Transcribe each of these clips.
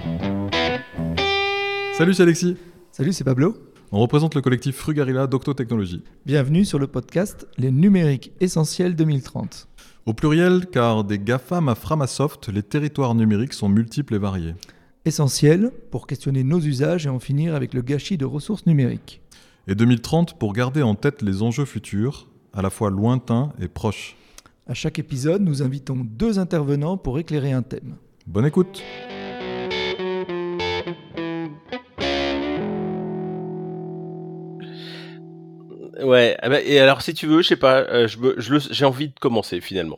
Salut, c'est Alexis. Salut, c'est Pablo. On représente le collectif Frugarilla d'Octotechnologie. Bienvenue sur le podcast Les numériques essentiels 2030. Au pluriel, car des GAFAM à Framasoft, les territoires numériques sont multiples et variés. Essentiels pour questionner nos usages et en finir avec le gâchis de ressources numériques. Et 2030 pour garder en tête les enjeux futurs, à la fois lointains et proches. À chaque épisode, nous invitons 2 intervenants pour éclairer un thème. Bonne écoute. Ouais, et alors si tu veux, je sais pas, j'ai envie de commencer finalement.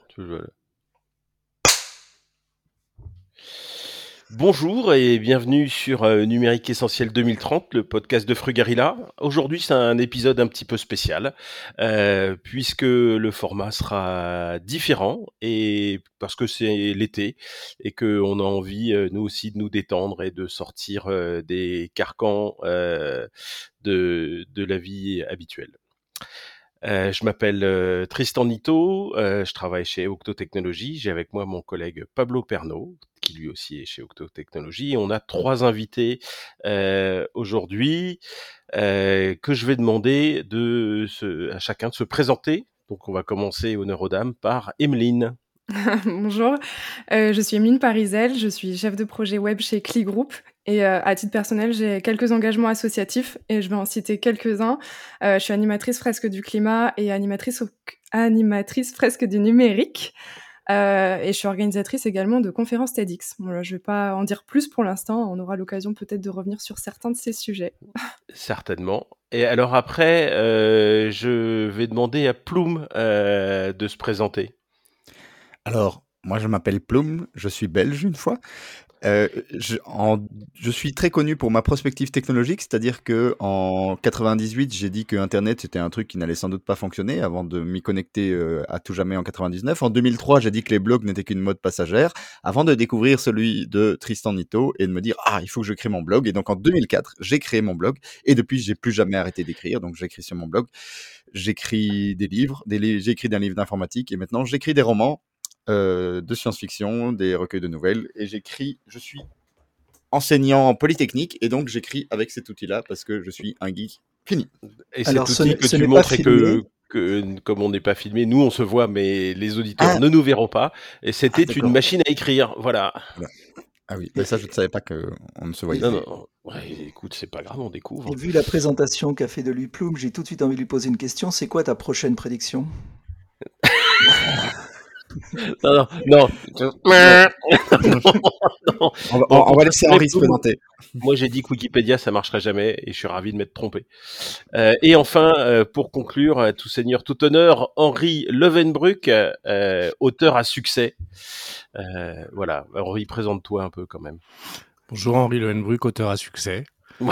Bonjour et bienvenue sur Numérique Essentiel 2030, le podcast de Frugarilla. Aujourd'hui, c'est un épisode un petit peu spécial, puisque le format sera différent, et parce que c'est l'été, et qu'on a envie, nous aussi, de nous détendre et de sortir des carcans de la vie habituelle. Je m'appelle Tristan Nito, je travaille chez Octotechnologie. J'ai avec moi mon collègue Pablo Pernaut, qui lui aussi est chez Octotechnologie. On a 3 invités aujourd'hui que je vais demander à chacun de se présenter. Donc on va commencer, honneur aux dames, par Emeline. Bonjour, je suis Emeline Parizel, je suis chef de projet web chez Cli Group et à titre personnel, j'ai quelques engagements associatifs et je vais en citer quelques-uns. Je suis animatrice fresque du climat et animatrice fresque du numérique et je suis organisatrice également de conférences TEDx. Voilà, je ne vais pas en dire plus pour l'instant, on aura l'occasion peut-être de revenir sur certains de ces sujets. Certainement. Et alors après, je vais demander à Ploum de se présenter. Alors, moi je m'appelle Ploum, je suis belge une fois. Je suis très connu pour ma prospective technologique, c'est-à-dire que en 98, j'ai dit que Internet c'était un truc qui n'allait sans doute pas fonctionner avant de m'y connecter à tout jamais en 99. En 2003, j'ai dit que les blogs n'étaient qu'une mode passagère, avant de découvrir celui de Tristan Nito et de me dire il faut que je crée mon blog. Et donc en 2004, j'ai créé mon blog et depuis j'ai plus jamais arrêté d'écrire. Donc j'écris sur mon blog, j'écris des livres, j'ai écrit des livres d'informatique et maintenant j'écris des romans. De science-fiction, des recueils de nouvelles, et je suis enseignant en polytechnique, et donc j'écris avec cet outil-là parce que je suis un geek fini. Et alors, cet outil que tu montres et que comme on n'est pas filmé, nous on se voit, mais les auditeurs ne nous verront pas, et c'était une machine à écrire, voilà. Ah oui, mais ça je ne savais pas qu'on ne se voyait. Non. Ouais, écoute, c'est pas grave, on découvre. Et vu la présentation qu'a fait de lui Ploum, j'ai tout de suite envie de lui poser une question. C'est quoi ta prochaine prédiction? Non. On va laisser Henri se présenter. Moi, j'ai dit que Wikipédia, ça marcherait jamais, et je suis ravi de m'être trompé. Et enfin, pour conclure, tout seigneur, tout honneur, Henri Levenbruck, auteur à succès. Voilà, Henri, présente-toi un peu quand même. Bonjour, Henri Levenbruck, auteur à succès.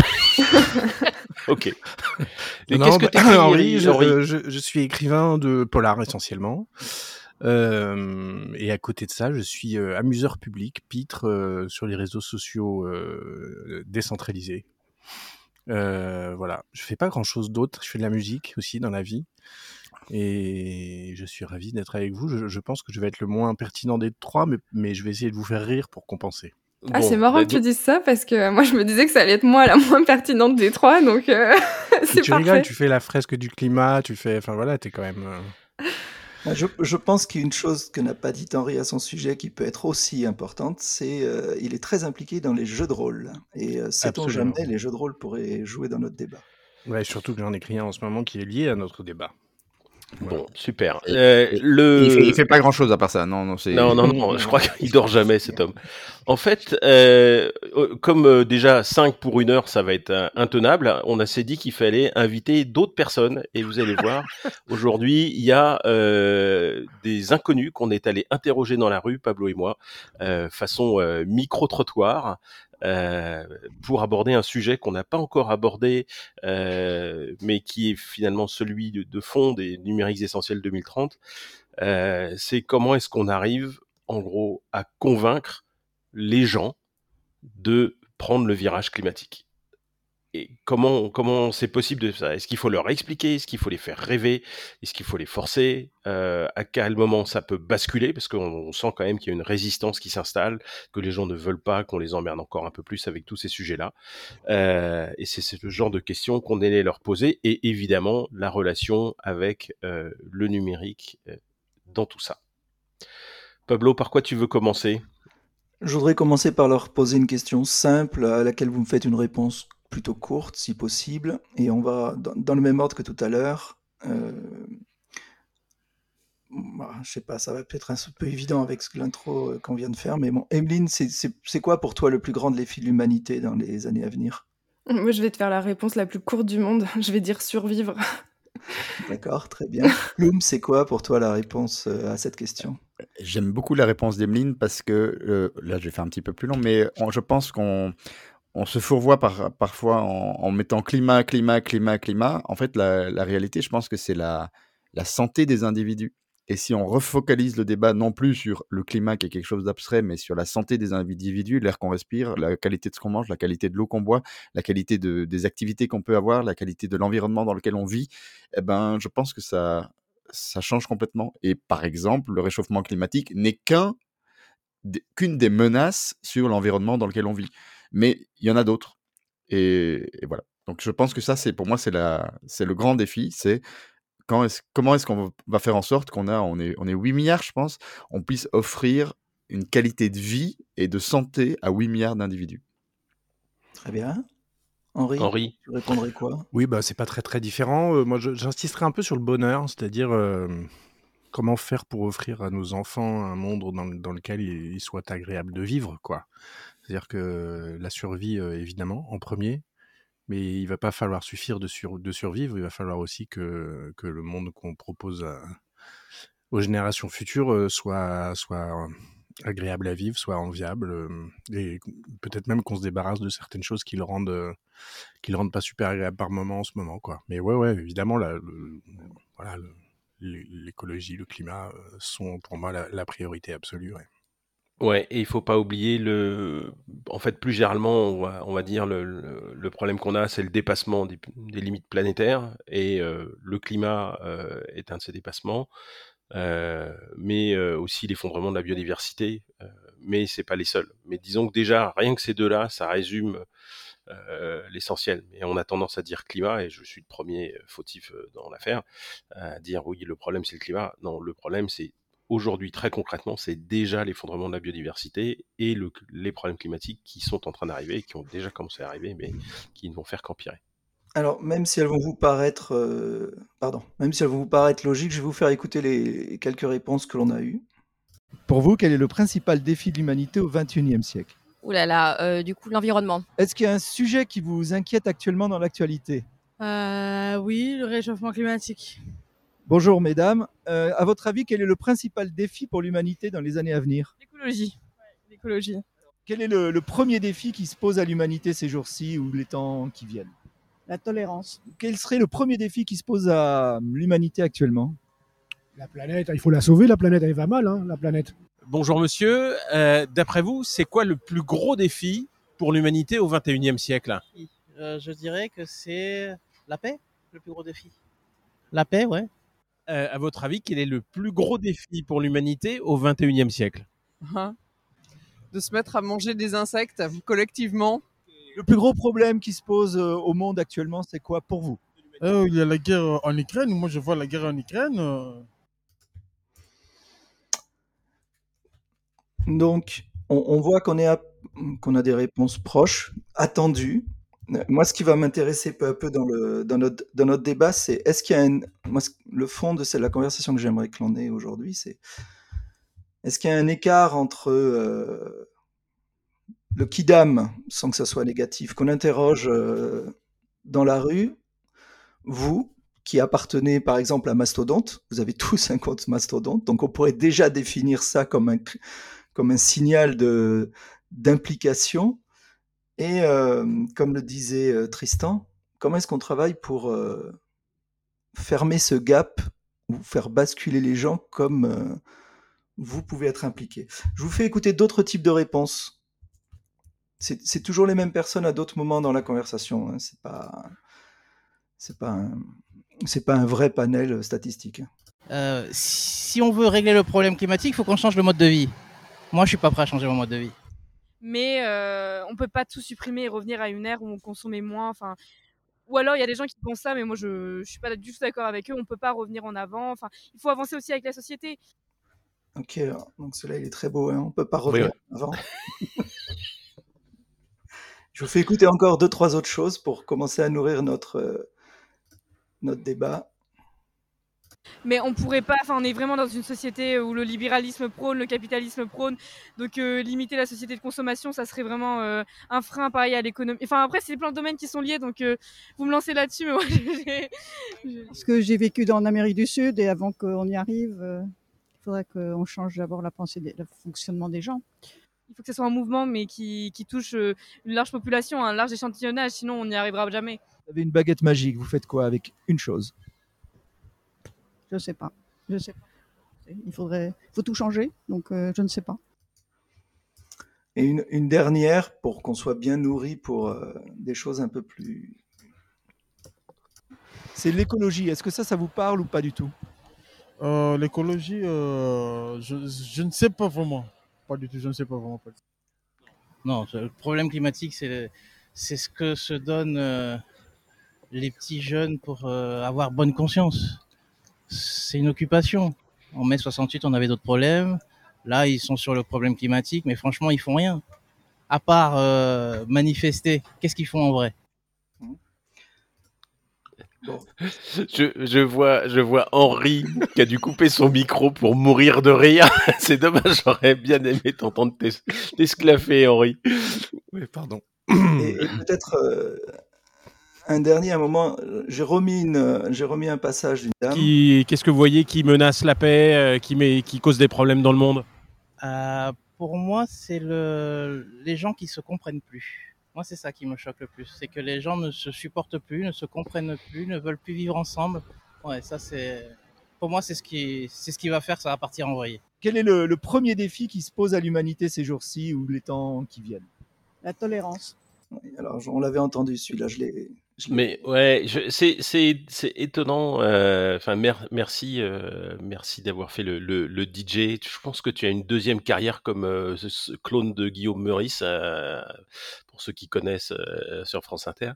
Ok. Qu'est-ce que t'écris, Henri? Je suis écrivain de polar essentiellement. Et à côté de ça, je suis amuseur public, pitre sur les réseaux sociaux décentralisés. Voilà, je fais pas grand-chose d'autre. Je fais de la musique aussi dans la vie. Et je suis ravi d'être avec vous. Je pense que je vais être le moins pertinent des 3, mais je vais essayer de vous faire rire pour compenser. C'est marrant que tu dises ça, parce que moi je me disais que ça allait être moi la moins pertinente des 3, donc c'est tu parfait. Rigoles, tu fais la fresque du climat, enfin voilà, t'es quand même... Je pense qu'il y a une chose que n'a pas dit Henri à son sujet qui peut être aussi importante, c'est il est très impliqué dans les jeux de rôle. Et sait-on jamais, les jeux de rôle pourraient jouer dans notre débat. Ouais, surtout que j'en écris un en ce moment qui est lié à notre débat. Bon, voilà. Super. Il fait pas grand-chose à part ça. Non, je crois qu'il dort jamais, cet homme. En fait, comme déjà 5 pour 1 heure, ça va être intenable, on s'est dit qu'il fallait inviter d'autres personnes. Et vous allez voir, aujourd'hui, il y a des inconnus qu'on est allé interroger dans la rue, Pablo et moi, façon micro-trottoir. Pour aborder un sujet qu'on n'a pas encore abordé, mais qui est finalement celui de fond des numériques essentiels 2030, c'est comment est-ce qu'on arrive, en gros, à convaincre les gens de prendre le virage climatique. et comment c'est possible de ça? Est-ce qu'il faut leur expliquer? Est-ce qu'il faut les faire rêver? Est-ce qu'il faut les forcer? À quel moment ça peut basculer? Parce qu'on sent quand même qu'il y a une résistance qui s'installe, que les gens ne veulent pas qu'on les emmerde encore un peu plus avec tous ces sujets-là. Et c'est le genre de questions qu'on allait leur poser et évidemment la relation avec, le numérique, dans tout ça. Pablo, par quoi tu veux commencer? Je voudrais commencer par leur poser une question simple à laquelle vous me faites une réponse plutôt courte, si possible, et on va dans le même ordre que tout à l'heure. Je sais pas, ça va peut-être un peu évident avec l'intro qu'on vient de faire, mais bon, Emeline, c'est quoi pour toi le plus grand défi de l'humanité dans les années à venir? Moi, je vais te faire la réponse la plus courte du monde. Je vais dire survivre. D'accord, très bien. Loum, c'est quoi pour toi la réponse à cette question? J'aime beaucoup la réponse d'Emeline parce que, là, je vais faire un petit peu plus long, mais je pense qu'on se fourvoie parfois en mettant climat, climat, climat, climat. En fait, la réalité, je pense que c'est la santé des individus. Et si on refocalise le débat non plus sur le climat qui est quelque chose d'abstrait, mais sur la santé des individus, l'air qu'on respire, la qualité de ce qu'on mange, la qualité de l'eau qu'on boit, la qualité des activités qu'on peut avoir, la qualité de l'environnement dans lequel on vit, eh ben, je pense que ça change complètement. Et par exemple, le réchauffement climatique n'est qu'une des menaces sur l'environnement dans lequel on vit. Mais il y en a d'autres. Et voilà. Donc je pense que ça, pour moi, c'est le grand défi. C'est comment est-ce qu'on va faire en sorte on est 8 milliards, je pense, on puisse offrir une qualité de vie et de santé à 8 milliards d'individus. Très bien. Henri, tu répondrais quoi? Oui, c'est pas très très différent. Moi, j'insisterai un peu sur le bonheur, c'est-à-dire comment faire pour offrir à nos enfants un monde dans lequel il soit agréable de vivre, quoi. C'est-à-dire que la survie, évidemment, en premier, mais il va pas falloir suffire de survivre, il va falloir aussi que le monde qu'on propose aux générations futures soit agréable à vivre, soit enviable, et peut-être même qu'on se débarrasse de certaines choses qui le rendent pas super agréable par moment en ce moment, quoi. Mais ouais, évidemment, l'écologie, le climat sont pour moi la priorité absolue, ouais. Ouais, et il faut pas oublier en fait, plus généralement, on va dire le problème qu'on a, c'est le dépassement des limites planétaires et le climat, est un de ces dépassements, mais aussi l'effondrement de la biodiversité, mais c'est pas les seuls. Mais disons que déjà, rien que ces 2 là, ça résume, l'essentiel. Mais on a tendance à dire climat et je suis le premier fautif, dans l'affaire, à dire: «Oui, le problème, c'est le climat». Non, le problème, c'est aujourd'hui, très concrètement, c'est déjà l'effondrement de la biodiversité et les problèmes climatiques qui sont en train d'arriver et qui ont déjà commencé à arriver, mais qui ne vont faire qu'empirer. Alors, même si elles vont vous paraître, même si elles vont vous paraître logiques, je vais vous faire écouter les quelques réponses que l'on a eues. Pour vous, quel est le principal défi de l'humanité au XXIe siècle? Ouh là là, du coup, l'environnement. Est-ce qu'il y a un sujet qui vous inquiète actuellement dans l'actualité? Oui, le réchauffement climatique. Bonjour mesdames. À votre avis, quel est le principal défi pour l'humanité dans les années à venir? L'écologie. L'écologie. Quel est le premier défi qui se pose à l'humanité ces jours-ci ou les temps qui viennent? La tolérance. Quel serait le premier défi qui se pose à l'humanité actuellement? La planète, il faut la sauver, la planète, elle va mal, hein, la planète. Bonjour monsieur, d'après vous, c'est quoi le plus gros défi pour l'humanité au XXIe siècle? Je dirais que c'est la paix, le plus gros défi. La paix, ouais. À votre avis, quel est le plus gros défi pour l'humanité au XXIe siècle? De se mettre à manger des insectes collectivement. Le plus gros problème qui se pose au monde actuellement, c'est quoi pour vous? Il y a la guerre en Ukraine. Moi, je vois la guerre en Ukraine. Donc, on voit qu'on a des réponses proches, attendues. Moi, ce qui va m'intéresser peu à peu dans notre débat, c'est est-ce qu'il y a le fond de la conversation que j'aimerais que l'on ait aujourd'hui, c'est est-ce qu'il y a un écart entre le kidam, sans que ça soit négatif, qu'on interroge dans la rue, vous, qui appartenez par exemple à Mastodonte, vous avez tous un compte Mastodonte, donc on pourrait déjà définir ça comme un signal d'implication. Et comme le disait Tristan, comment est-ce qu'on travaille pour fermer ce gap ou faire basculer les gens comme vous pouvez être impliqués? Je vous fais écouter d'autres types de réponses. c'est toujours les mêmes personnes à d'autres moments dans la conversation. Hein. C'est pas un vrai panel statistique. Si on veut régler le problème climatique, il faut qu'on change le mode de vie. Moi, je suis pas prêt à changer mon mode de vie. Mais on peut pas tout supprimer et revenir à une ère où on consommait moins. Enfin, ou alors il y a des gens qui pensent ça, mais moi je suis pas du tout d'accord avec eux. On peut pas revenir en avant. Enfin, il faut avancer aussi avec la société. Ok, donc celui-là il est très beau. Hein. On peut pas revenir en avant. Je vous fais écouter encore 2-3 autres choses pour commencer à nourrir notre débat. Mais on pourrait pas, on est vraiment dans une société où le libéralisme prône, le capitalisme prône, donc limiter la société de consommation, ça serait vraiment un frein pareil à l'économie. Enfin après, c'est plein de domaines qui sont liés, donc vous me lancez là-dessus, mais moi Parce que j'ai vécu en Amérique du Sud et avant qu'on y arrive, il faudrait qu'on change d'abord la pensée, le fonctionnement des gens. Il faut que ce soit un mouvement, mais qui touche une large population, un large échantillonnage, sinon on n'y arrivera jamais. Vous avez une baguette magique, vous faites quoi avec une chose? Je sais pas. Il faut tout changer, donc je ne sais pas. Et une dernière, pour qu'on soit bien nourri pour des choses un peu plus... C'est l'écologie. Est-ce que ça vous parle ou pas du tout? L'écologie, je ne sais pas vraiment. Pas du tout, je ne sais pas vraiment. Non, le problème climatique, c'est ce que se donnent les petits jeunes pour avoir bonne conscience. C'est une occupation. En mai 68, on avait d'autres problèmes. Là, ils sont sur le problème climatique, mais franchement, ils font rien. À part manifester, qu'est-ce qu'ils font en vrai? Bon. Je vois Henri qui a dû couper son micro pour mourir de rire. C'est dommage, j'aurais bien aimé t'entendre t'esclaffer, Henri. Oui, pardon. Et peut-être un dernier moment, j'ai remis un passage d'une dame. Qu'est-ce que vous voyez qui menace la paix, qui cause des problèmes dans le monde? Pour moi, c'est les gens qui se comprennent plus. Moi, c'est ça qui me choque le plus. C'est que les gens ne se supportent plus, ne se comprennent plus, ne veulent plus vivre ensemble. Ouais, ça c'est... Pour moi, c'est ce qui va faire que ça va partir en vrille. Quel est le premier défi qui se pose à l'humanité ces jours-ci ou les temps qui viennent? La tolérance. Oui, alors, on l'avait entendu celui-là, Mais ouais, c'est étonnant. Enfin, merci d'avoir fait le DJ. Je pense que tu as une deuxième carrière comme ce clone de Guillaume Meurice, pour ceux qui connaissent sur France Inter,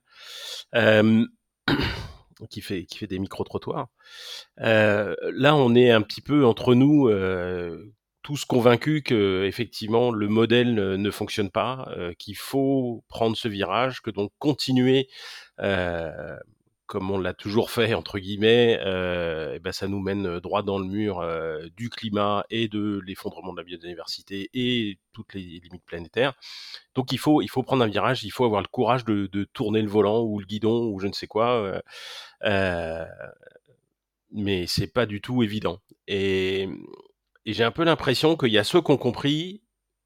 qui fait des micro-trottoirs. Là, on est un petit peu entre nous. Tous convaincus que effectivement le modèle ne fonctionne pas, qu'il faut prendre ce virage, que donc continuer comme on l'a toujours fait entre guillemets, et ben ça nous mène droit dans le mur du climat et de l'effondrement de la biodiversité et toutes les limites planétaires. Donc il faut prendre un virage, il faut avoir le courage de tourner le volant ou le guidon ou je ne sais quoi. Mais c'est pas du tout évident. Et j'ai un peu l'impression qu'il y a ceux qui ont compris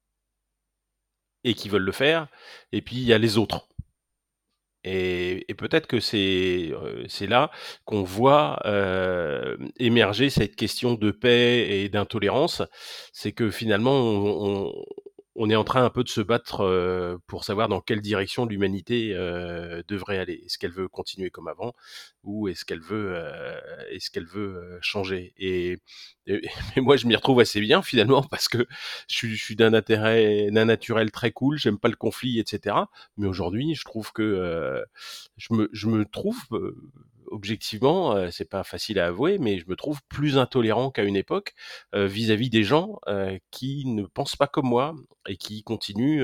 et qui veulent le faire, et puis il y a les autres. Et peut-être que c'est là qu'on voit émerger cette question de paix et d'intolérance. C'est que finalement, on est en train un peu de se battre pour savoir dans quelle direction l'humanité devrait aller. Est-ce qu'elle veut continuer comme avant ou est-ce qu'elle veut changer? Et moi, je m'y retrouve assez bien finalement parce que je suis d'un naturel très cool. J'aime pas le conflit, etc. Mais aujourd'hui, je trouve que je me trouve objectivement, c'est pas facile à avouer, mais je me trouve plus intolérant qu'à une époque vis-à-vis des gens qui ne pensent pas comme moi et qui continuent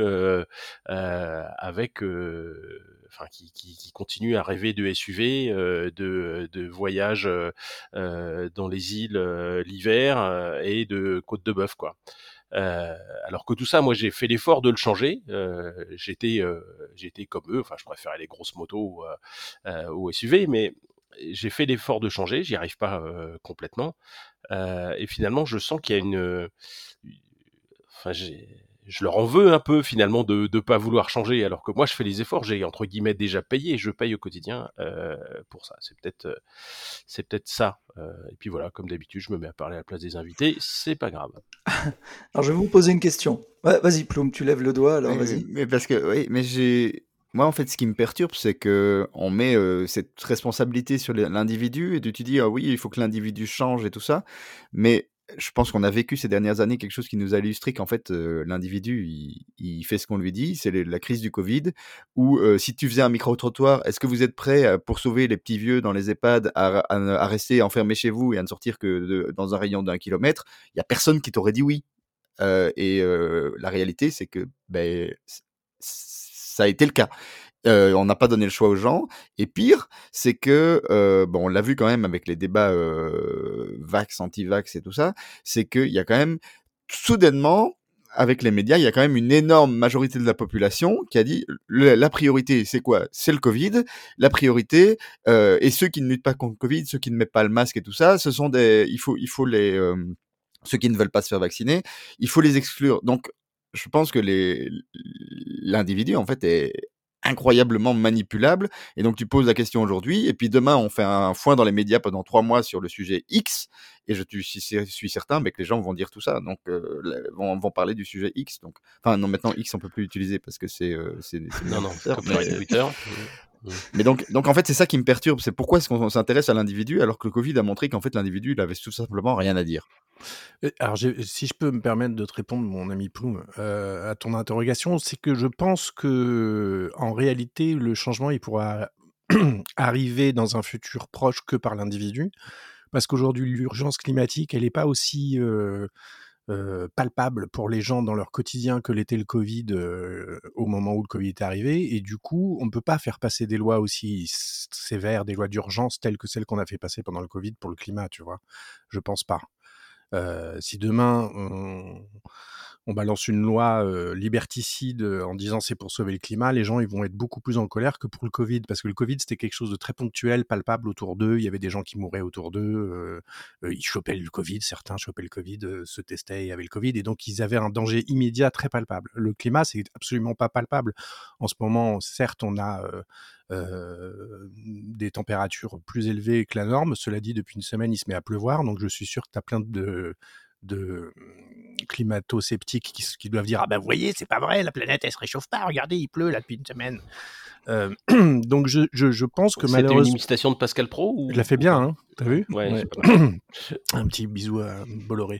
qui continuent à rêver de SUV, de voyages dans les îles l'hiver et de côte de bœuf, quoi. Alors que tout ça, moi, j'ai fait l'effort de le changer. J'étais comme eux. Enfin, je préférais les grosses motos aux SUV, mais j'ai fait l'effort de changer. J'y arrive pas complètement. Et finalement, je sens qu'il y a je leur en veux un peu finalement de pas vouloir changer, alors que moi je fais les efforts, j'ai entre guillemets déjà payé, je paye au quotidien pour ça. C'est peut-être ça. Et puis voilà, comme d'habitude, je me mets à parler à la place des invités, c'est pas grave. Alors, je vais vous poser une question. Ouais, vas-y, Ploum, tu lèves le doigt, alors vas-y. Mais parce que, oui, mais moi, en fait, ce qui me perturbe, c'est que on met cette responsabilité sur l'individu et tu dis, ah oui, il faut que l'individu change et tout ça. Mais je pense qu'on a vécu ces dernières années quelque chose qui nous a illustré qu'en fait, l'individu, il fait ce qu'on lui dit. C'est la crise du Covid où si tu faisais un micro-trottoir, est-ce que vous êtes prêts pour sauver les petits vieux dans les EHPAD à rester enfermés chez vous et à ne sortir que dans un rayon d'1 kilomètre? Il y a personne qui t'aurait dit oui. La réalité, c'est que ça a été le cas. On n'a pas donné le choix aux gens. Et pire, c'est que, on l'a vu quand même avec les débats vax, anti-vax et tout ça, c'est qu'il y a quand même, soudainement, avec les médias, il y a quand même une énorme majorité de la population qui a dit la priorité, c'est quoi? C'est le Covid. La priorité, et ceux qui ne luttent pas contre le Covid, ceux qui ne mettent pas le masque et tout ça, ce sont il faut les... ceux qui ne veulent pas se faire vacciner, il faut les exclure. Donc, je pense que l'individu, en fait, est incroyablement manipulable. Et donc, tu poses la question aujourd'hui, et puis demain, on fait un foin dans les médias pendant 3 mois sur le sujet X, et je suis certain que les gens vont dire tout ça. Donc, vont parler du sujet X. Donc, enfin, non, maintenant, X, on peut plus l'utiliser parce que c'est non, comme Twitter. Mais donc en fait, c'est ça qui me perturbe. C'est pourquoi est-ce qu'on s'intéresse à l'individu alors que le Covid a montré qu'en fait, l'individu, il avait tout simplement rien à dire. Alors, si je peux me permettre de te répondre, mon ami Ploum, à ton interrogation, c'est que je pense que en réalité, le changement, il pourra arriver dans un futur proche que par l'individu, parce qu'aujourd'hui, l'urgence climatique, elle n'est pas aussi palpable pour les gens dans leur quotidien que l'était le Covid au moment où le Covid est arrivé, et du coup, on ne peut pas faire passer des lois aussi sévères, des lois d'urgence telles que celles qu'on a fait passer pendant le Covid pour le climat, tu vois. Je pense pas. Si demain on balance une loi liberticide en disant c'est pour sauver le climat, les gens ils vont être beaucoup plus en colère que pour le Covid, parce que le Covid c'était quelque chose de très ponctuel, palpable autour d'eux, il y avait des gens qui mouraient autour d'eux, ils chopaient le Covid, certains chopaient le Covid, se testaient et avaient le Covid, et donc ils avaient un danger immédiat très palpable. Le climat c'est absolument pas palpable. En ce moment, certes, on a des températures plus élevées que la norme. Cela dit, depuis une semaine, il se met à pleuvoir, donc je suis sûr que tu as plein de climato-sceptiques qui doivent dire « Ah ben vous voyez, c'est pas vrai, la planète elle se réchauffe pas, regardez, il pleut là depuis une semaine. » Donc je pense que malheureusement... C'était une imitation de Pascal Pro ou... Je la fais bien, hein, t'as vu? Ouais. Un petit bisou à Bolloré.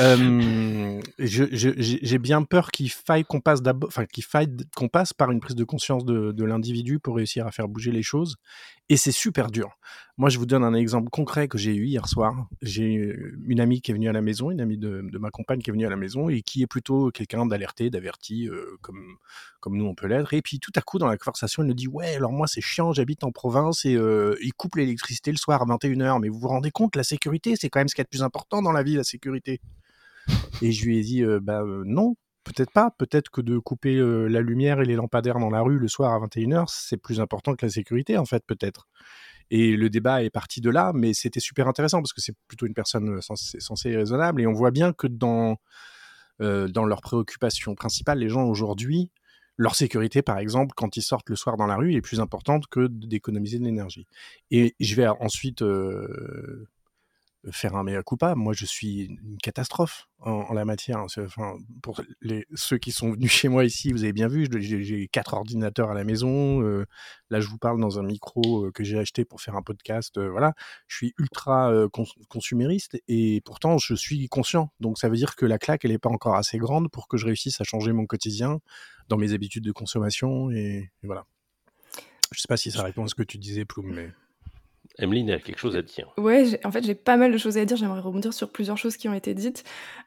J'ai bien peur qu'il faille qu'on passe qu'on passe par une prise de conscience de l'individu pour réussir à faire bouger les choses. Et c'est super dur. Moi, je vous donne un exemple concret que j'ai eu hier soir. J'ai une amie qui est venue à la maison, une amie de ma compagne qui est venue à la maison et qui est plutôt quelqu'un d'alerté, d'averti, comme nous on peut l'être. Et puis tout à coup, dans la conversation, elle me dit « Ouais, alors moi c'est chiant, j'habite en province et ils coupent l'électricité le soir à 21h. Mais vous vous rendez compte, la sécurité, c'est quand même ce qu'il y a de plus important dans la vie, la sécurité. » Et je lui ai dit non, peut-être pas. Peut-être que de couper la lumière et les lampadaires dans la rue le soir à 21h, c'est plus important que la sécurité, en fait, peut-être. Et le débat est parti de là, mais c'était super intéressant parce que c'est plutôt une personne sensée et raisonnable. Et on voit bien que dans leurs préoccupations principales, les gens aujourd'hui, leur sécurité, par exemple, quand ils sortent le soir dans la rue, est plus importante que d'économiser de l'énergie. Et je vais ensuite faire un mea culpa. Moi, je suis une catastrophe en la matière. Enfin, pour ceux qui sont venus chez moi ici, vous avez bien vu, j'ai 4 ordinateurs à la maison. Là, je vous parle dans un micro que j'ai acheté pour faire un podcast. Voilà, je suis ultra consumériste et pourtant, je suis conscient. Donc, ça veut dire que la claque, elle n'est pas encore assez grande pour que je réussisse à changer mon quotidien dans mes habitudes de consommation. Et voilà. Je ne sais pas si ça répond à ce que tu disais, Ploum, mais... Emeline a quelque chose à dire. Ouais, en fait, j'ai pas mal de choses à dire. J'aimerais rebondir sur plusieurs choses qui ont été dites.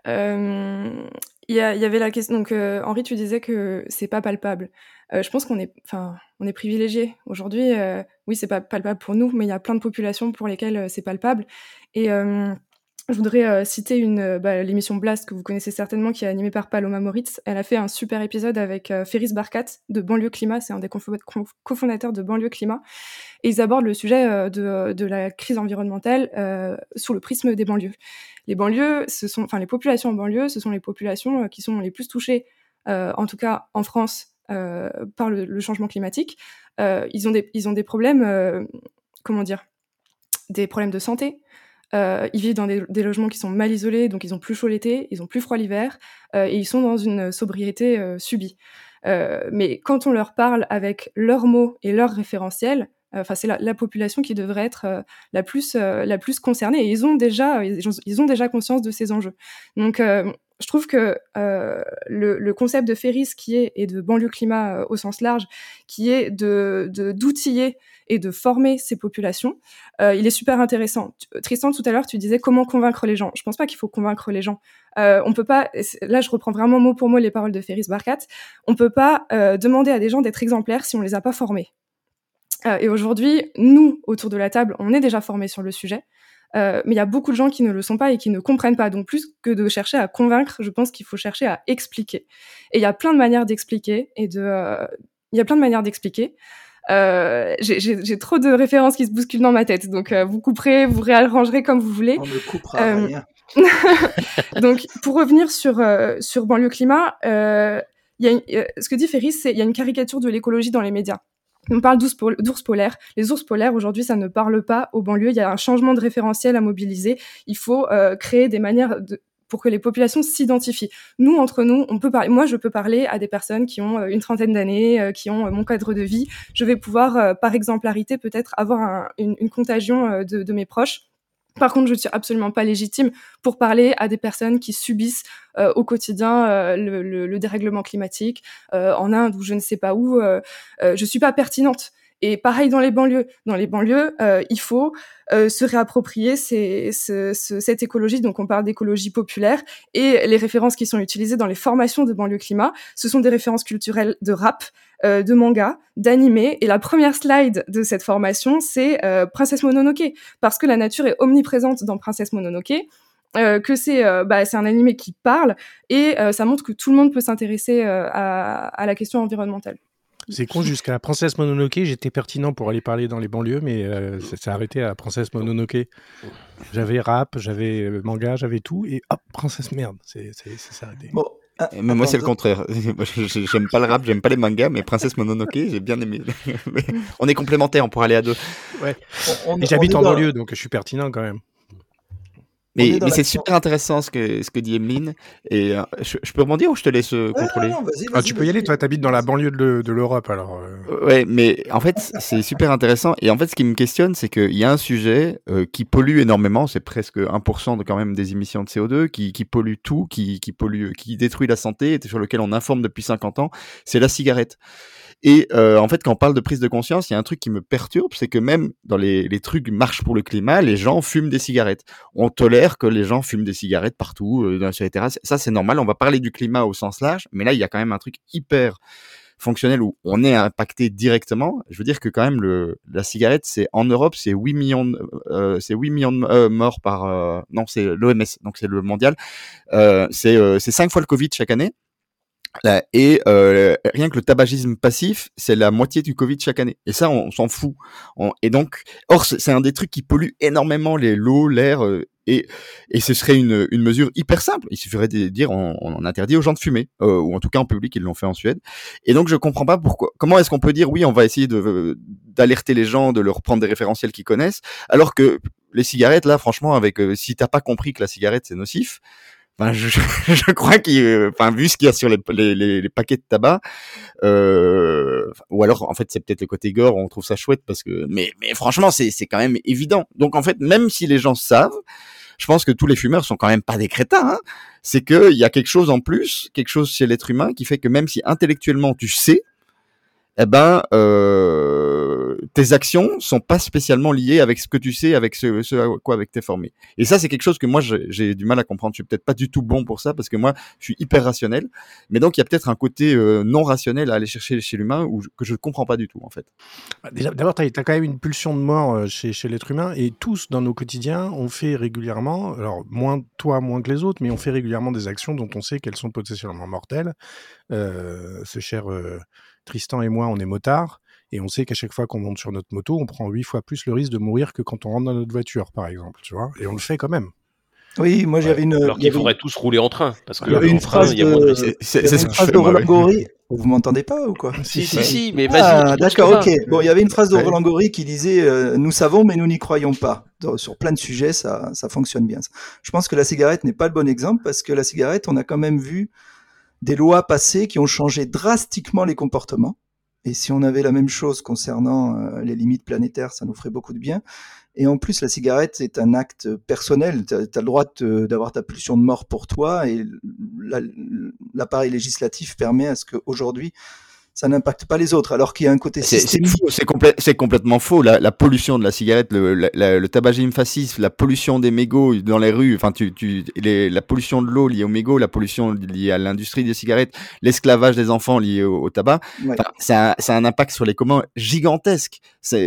Il y avait la question. Donc, Henri, tu disais que c'est pas palpable. Je pense qu'on est privilégiés aujourd'hui. Oui, c'est pas palpable pour nous, mais il y a plein de populations pour lesquelles c'est palpable. Et je voudrais citer l'émission Blast, que vous connaissez certainement, qui est animée par Paloma Moritz. Elle a fait un super épisode avec Féris Barkat de Banlieue Climat, c'est un des cofondateurs de Banlieue Climat. Et ils abordent le sujet de la crise environnementale sous le prisme des banlieues. Les banlieues, les populations en banlieue, ce sont les populations qui sont les plus touchées en tout cas en France, par le changement climatique, ils ont des problèmes, comment dire, des problèmes de santé. Ils vivent dans des logements qui sont mal isolés, donc ils ont plus chaud l'été, ils ont plus froid l'hiver, et ils sont dans une sobriété subie. Mais quand on leur parle avec leurs mots et leurs référentiels, c'est la population qui devrait être la plus concernée, et ils ont déjà conscience de ces enjeux. Donc je trouve que le concept de Ferris et de banlieue climat au sens large, qui est d'outiller et de former ces populations, il est super intéressant. Tristan, tout à l'heure, tu disais comment convaincre les gens. Je pense pas qu'il faut convaincre les gens. On peut pas, là je reprends vraiment mot pour mot les paroles de Ferris Barkat, on peut pas demander à des gens d'être exemplaires si on les a pas formés. Et aujourd'hui, nous, autour de la table, on est déjà formés sur le sujet, mais il y a beaucoup de gens qui ne le sont pas et qui ne comprennent pas. Donc plus que de chercher à convaincre, je pense qu'il faut chercher à expliquer. Et il y a plein de manières d'expliquer, j'ai trop de références qui se bousculent dans ma tête, donc vous couperez, vous réarrangerez comme vous voulez. On ne coupera rien. Donc pour revenir sur banlieue climat, ce que dit Ferris, c'est il y a une caricature de l'écologie dans les médias. On parle d'ours polaires. Les ours polaires, aujourd'hui, ça ne parle pas aux banlieues. Il y a un changement de référentiel à mobiliser. Il faut créer des manières pour que les populations s'identifient. Nous, entre nous, on peut parler. Moi, je peux parler à des personnes qui ont une trentaine d'années, qui ont mon cadre de vie. Je vais pouvoir, par exemplarité, peut-être avoir une contagion de mes proches. Par contre, je ne suis absolument pas légitime pour parler à des personnes qui subissent au quotidien le dérèglement climatique en Inde ou je ne sais pas où. Je suis pas pertinente. Et pareil dans les banlieues. Dans les banlieues, il faut se réapproprier cette écologie. Donc on parle d'écologie populaire, et les références qui sont utilisées dans les formations de banlieue climat, ce sont des références culturelles de rap, de manga, d'animé. Et la première slide de cette formation, c'est Princesse Mononoke, parce que la nature est omniprésente dans Princesse Mononoke. Que c'est un animé qui parle, et ça montre que tout le monde peut s'intéresser à la question environnementale. C'est con, jusqu'à la Princesse Mononoke, j'étais pertinent pour aller parler dans les banlieues, mais ça s'est arrêté à la Princesse Mononoke. J'avais rap, j'avais manga, j'avais tout, et hop, Princesse merde, ça s'est arrêté. Bon. Mais moi, c'est le contraire. J'aime pas le rap, j'aime pas les mangas, mais Princesse Mononoke, j'ai bien aimé. On est complémentaires, on pourrait aller à deux. Ouais. Et j'habite en banlieue, donc je suis pertinent quand même. Mais c'est super intéressant ce que dit Emeline. Et je peux rebondir ou je te laisse contrôler? Non, vas-y, tu peux y aller, toi t'habites dans la banlieue de l'Europe alors. Ouais, mais en fait c'est super intéressant. Et en fait ce qui me questionne, c'est qu'il y a un sujet qui pollue énormément, c'est presque 1% quand même des émissions de CO2, qui pollue tout, qui pollue, qui détruit la santé, et sur lequel on informe depuis 50 ans, c'est la cigarette. Et en fait, quand on parle de prise de conscience, il y a un truc qui me perturbe, c'est que même dans les trucs marche pour le climat, les gens fument des cigarettes. On tolère que les gens fument des cigarettes partout, sur les terrasses. Ça, c'est normal. On va parler du climat au sens large, mais là, il y a quand même un truc hyper fonctionnel où on est impacté directement. Je veux dire que quand même la cigarette, c'est en Europe, c'est 8 millions de morts par non, c'est l'OMS, donc c'est le mondial. C'est 5 fois le Covid chaque année. Et rien que le tabagisme passif, c'est la moitié du Covid chaque année. Et ça, on s'en fout. Et donc, or, c'est un des trucs qui pollue énormément l'eau, l'air. Et ce serait une mesure hyper simple. Il suffirait de dire on interdit aux gens de fumer, ou en tout cas en public, ils l'ont fait en Suède. Et donc je comprends pas pourquoi. Comment est-ce qu'on peut dire oui, on va essayer d'alerter les gens, de leur prendre des référentiels qu'ils connaissent, alors que les cigarettes là, franchement, avec si t'as pas compris que la cigarette c'est nocif. Enfin, je crois vu ce qu'il y a sur les paquets de tabac, ou alors en fait c'est peut-être le côté gore, on trouve ça chouette parce que, mais franchement c'est quand même évident. Donc en fait même si les gens savent, je pense que tous les fumeurs sont quand même pas des crétins. Hein. C'est que il y a quelque chose en plus, quelque chose chez l'être humain qui fait que même si intellectuellement tu sais, tes actions sont pas spécialement liées avec ce que tu sais, avec ce à quoi avec t'es formé. Et ça, c'est quelque chose que moi, j'ai du mal à comprendre. Je suis peut-être pas du tout bon pour ça parce que moi, je suis hyper rationnel. Mais donc, il y a peut-être un côté non rationnel à aller chercher chez l'humain que je comprends pas du tout, en fait. D'abord, t'as quand même une pulsion de mort chez l'être humain, et tous, dans nos quotidiens, on fait régulièrement, alors moins que les autres, mais on fait régulièrement des actions dont on sait qu'elles sont potentiellement mortelles. Ce cher Tristan et moi, on est motards, et on sait qu'à chaque fois qu'on monte sur notre moto, on prend 8 fois plus le risque de mourir que quand on rentre dans notre voiture, par exemple, tu vois, et on le fait quand même. Oui, moi j'avais une. Alors Il y qu'il avait faudrait tous rouler en train, parce il y avait que une en train, phrase il y a moins de de, risques. il y avait une phrase de Roland Gori. Vous m'entendez pas ou quoi? Si, mais vas-y, Ah, trouve ce que d'accord, va. ok. Bon, il y avait une phrase de Ouais. Roland Gori qui disait nous savons, mais nous n'y croyons pas. Sur plein de sujets, ça fonctionne bien. Je pense que la cigarette n'est pas le bon exemple parce que la cigarette, on a quand même vu des lois passées qui ont changé drastiquement les comportements. Et si on avait la même chose concernant les limites planétaires, ça nous ferait beaucoup de bien. Et en plus, la cigarette est un acte personnel. Tu as le droit d'avoir ta pulsion de mort pour toi et l'appareil législatif permet à ce qu'aujourd'hui, ça n'impacte pas les autres, alors qu'il y a un côté C'est systémique. faux, c'est complètement faux. La pollution de la cigarette, le tabagisme facile, la pollution des mégots dans les rues, enfin, la pollution de l'eau liée aux mégots, la pollution liée à l'industrie des cigarettes, l'esclavage des enfants lié au tabac, Ouais. enfin, ça a un impact sur les communs gigantesque.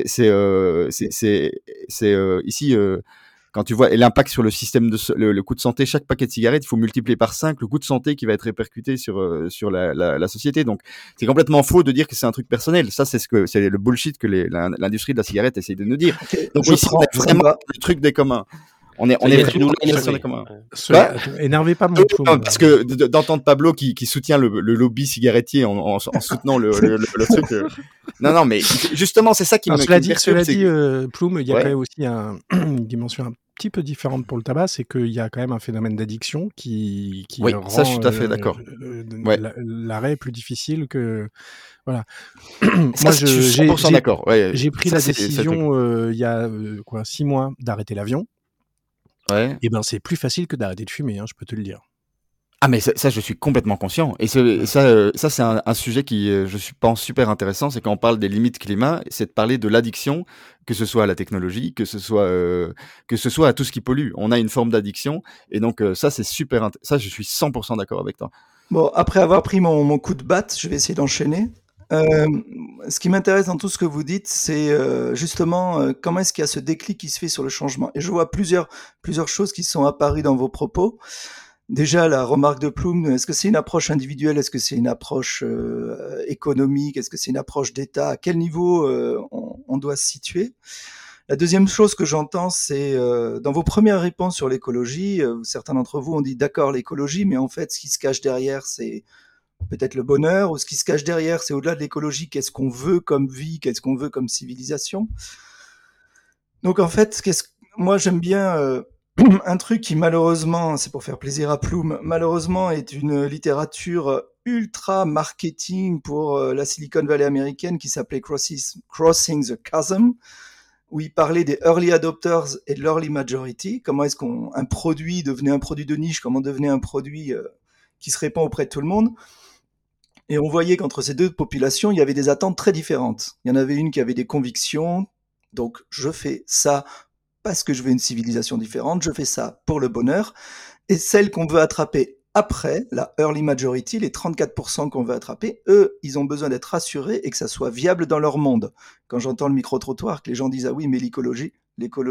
Ici, quand tu vois et l'impact sur le système le coût de santé, chaque paquet de cigarettes, il faut multiplier par 5 le coût de santé qui va être répercuté sur la société. Donc, c'est complètement faux de dire que c'est un truc personnel. Ça, c'est le bullshit que l'industrie de la cigarette essaye de nous dire. Okay, Donc ici, on est vraiment dans le truc des communs. On est vraiment dans la question des communs. Énervez pas mon Ploum. Parce que d'entendre Pablo qui soutient le lobby cigarettier en soutenant le truc. Non, mais justement, c'est ça qui me perturbe. Cela dit, Ploum, il y a quand même aussi une dimension un petit peu différente pour le tabac, c'est qu'il y a quand même un phénomène d'addiction qui rend ça, je suis tout à fait d'accord. L'arrêt plus difficile que... Voilà. Moi, je suis 100% d'accord. Ouais, j'ai pris la décision il y a 6 mois d'arrêter l'avion. Ouais. Et ben c'est plus facile que d'arrêter de fumer, je peux te le dire. Ah mais ça je suis complètement conscient et ça c'est un sujet qui je pense super intéressant, c'est quand on parle des limites climat, c'est de parler de l'addiction, que ce soit à la technologie, que ce soit à tout ce qui pollue. On a une forme d'addiction et donc ça c'est super ça je suis 100% d'accord avec toi. Bon, après avoir pris mon coup de batte, je vais essayer d'enchaîner. Ce qui m'intéresse dans tout ce que vous dites, c'est justement comment est-ce qu'il y a ce déclic qui se fait sur le changement. Et je vois plusieurs choses qui sont apparues dans vos propos. Déjà, la remarque de Ploum, est-ce que c'est une approche individuelle? Est-ce que c'est une approche économique? Est-ce que c'est une approche d'État? À quel niveau on doit se situer? La deuxième chose que j'entends, c'est dans vos premières réponses sur l'écologie, certains d'entre vous ont dit d'accord l'écologie, mais en fait, ce qui se cache derrière, c'est peut-être le bonheur, ou ce qui se cache derrière, c'est au-delà de l'écologie, qu'est-ce qu'on veut comme vie, qu'est-ce qu'on veut comme civilisation. Donc en fait, moi j'aime bien un truc qui malheureusement, c'est pour faire plaisir à Ploum, malheureusement est une littérature ultra marketing pour la Silicon Valley américaine qui s'appelait Crossing the Chasm, où il parlait des early adopters et de l'early majority, comment est-ce qu'un produit devenait un produit de niche, comment devenait un produit qui se répand auprès de tout le monde. Et on voyait qu'entre ces deux populations, il y avait des attentes très différentes. Il y en avait une qui avait des convictions, donc je fais ça parce que je veux une civilisation différente, je fais ça pour le bonheur. Et celle qu'on veut attraper après, la early majority, les 34% qu'on veut attraper, eux, ils ont besoin d'être rassurés et que ça soit viable dans leur monde. Quand j'entends le micro-trottoir, que les gens disent « Ah oui, mais l'écologie, etc. »,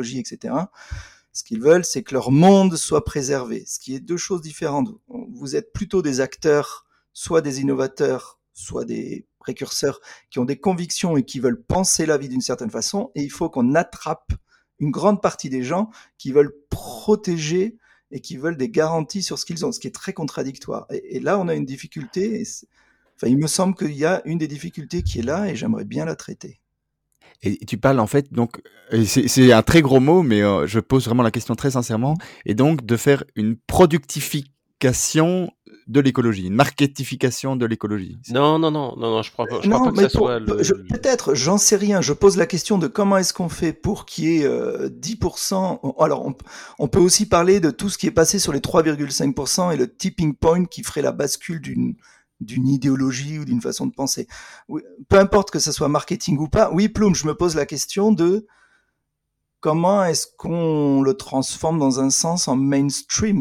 ce qu'ils veulent, c'est que leur monde soit préservé, ce qui est deux choses différentes. Vous êtes plutôt des acteurs, soit des innovateurs, soit des précurseurs qui ont des convictions et qui veulent penser la vie d'une certaine façon, et il faut qu'on attrape une grande partie des gens qui veulent protéger et qui veulent des garanties sur ce qu'ils ont, ce qui est très contradictoire. Et là, on a une difficulté, il me semble qu'il y a une des difficultés qui est là, et j'aimerais bien la traiter. Et tu parles en fait, donc, c'est un très gros mot, mais je pose vraiment la question très sincèrement, et donc de faire une productification de l'écologie, une marketification de l'écologie. Non, je crois pas que ça soit peut-être, j'en sais rien. Je pose la question de comment est-ce qu'on fait pour qu'il y ait 10%. Alors, on peut aussi parler de tout ce qui est passé sur les 3,5% et le tipping point qui ferait la bascule d'une idéologie ou d'une façon de penser. Oui, peu importe que ça soit marketing ou pas. Oui, Ploum, je me pose la question de comment est-ce qu'on le transforme dans un sens en mainstream,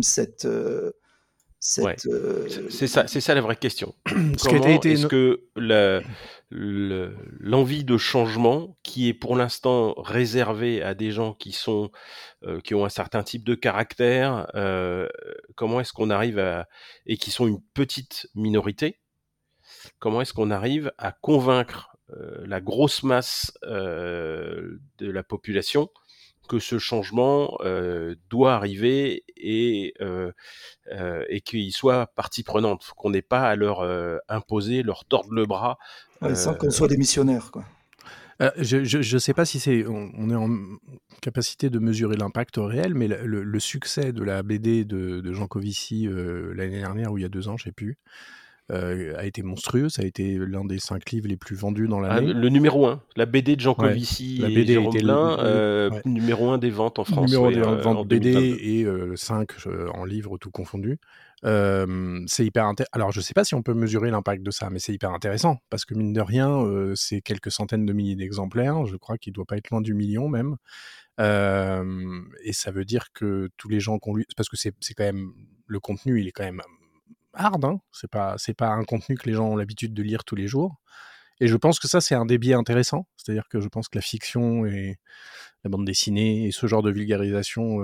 c'est ça la vraie question. Comment est-ce que l'envie de changement, qui est pour l'instant réservée à des gens qui ont un certain type de caractère, comment est-ce qu'on arrive et qui sont une petite minorité, comment est-ce qu'on arrive à convaincre la grosse masse de la population que ce changement doit arriver et qu'ils soient partie prenante. Faut qu'on n'ait pas à leur imposer, leur tordre le bras. Sans qu'on soit des missionnaires, quoi. Je ne sais pas si on est en capacité de mesurer l'impact réel, mais le succès de la BD de Jean Covici l'année dernière ou il y a 2 ans, je ne sais plus, a été monstrueux. Ça a été l'un des 5 livres les plus vendus dans l'année. Le numéro 1, la BD de Jean Covici la et BD Jérôme Blin, numéro 1 des ventes en France. Numéro 1 des ventes en BD 2022. et 5 en livres tout confondu. C'est hyper intéressant. Alors, je sais pas si on peut mesurer l'impact de ça, mais c'est hyper intéressant parce que mine de rien, c'est quelques centaines de milliers d'exemplaires. Je crois qu'il doit pas être loin du million même. Et ça veut dire que tous les gens qu'on lui, parce que c'est quand même le contenu, il est quand même hard. Hein. C'est pas un contenu que les gens ont l'habitude de lire tous les jours. Et je pense que ça, c'est un des biais intéressants. C'est-à-dire que je pense que la fiction et la bande dessinée et ce genre de vulgarisation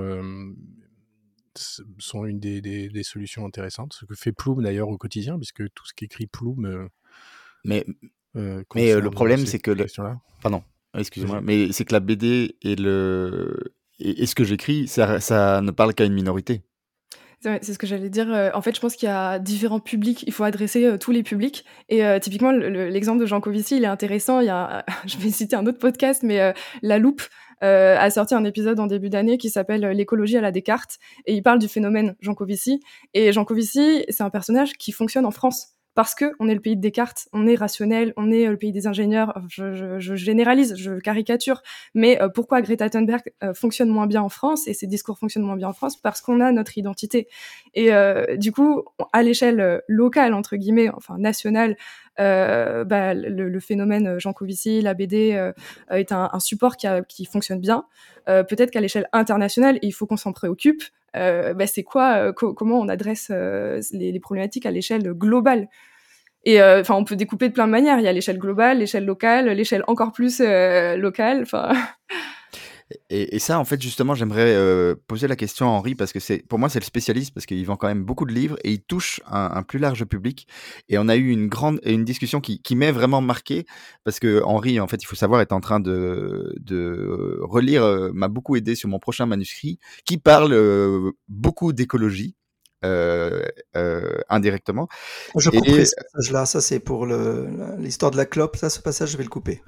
sont une des solutions intéressantes. Ce que fait Plume d'ailleurs au quotidien, puisque tout ce qu'écrit Plume. Mais le problème, c'est que pardon, excusez-moi, mais c'est que la BD et ce que j'écris, ça ne parle qu'à une minorité. C'est ce que j'allais dire. En fait, je pense qu'il y a différents publics. Il faut adresser tous les publics. Et typiquement, l'exemple de Jean Covici, il est intéressant. Je vais citer un autre podcast, mais La Loupe a sorti un épisode en début d'année qui s'appelle L'écologie à la Descartes. Et il parle du phénomène Jean Covici. Et Jean Covici, c'est un personnage qui fonctionne en France. Parce que on est le pays de Descartes, on est rationnel, on est le pays des ingénieurs. Je généralise, je caricature, mais pourquoi Greta Thunberg fonctionne moins bien en France et ses discours fonctionnent moins bien en France? Parce qu'on a notre identité. Et du coup, à l'échelle locale entre guillemets, enfin nationale, le phénomène Jean Covici, la BD est un support qui fonctionne bien. Peut-être qu'à l'échelle internationale, il faut qu'on s'en préoccupe. C'est quoi, comment on adresse les problématiques à l'échelle globale. Et on peut découper de plein de manières. Il y a l'échelle globale, l'échelle locale, l'échelle encore plus locale. Et ça, en fait, justement, j'aimerais poser la question à Henri, parce que pour moi, c'est le spécialiste, parce qu'il vend quand même beaucoup de livres et il touche un plus large public. Et on a eu une discussion qui m'est vraiment marquée, parce que Henri, en fait, il faut savoir, est en train de relire, m'a beaucoup aidé sur mon prochain manuscrit, qui parle beaucoup d'écologie. Indirectement. Je couperai ce passage-là, ça c'est pour l'histoire de la clope, ça, ce passage je vais le couper.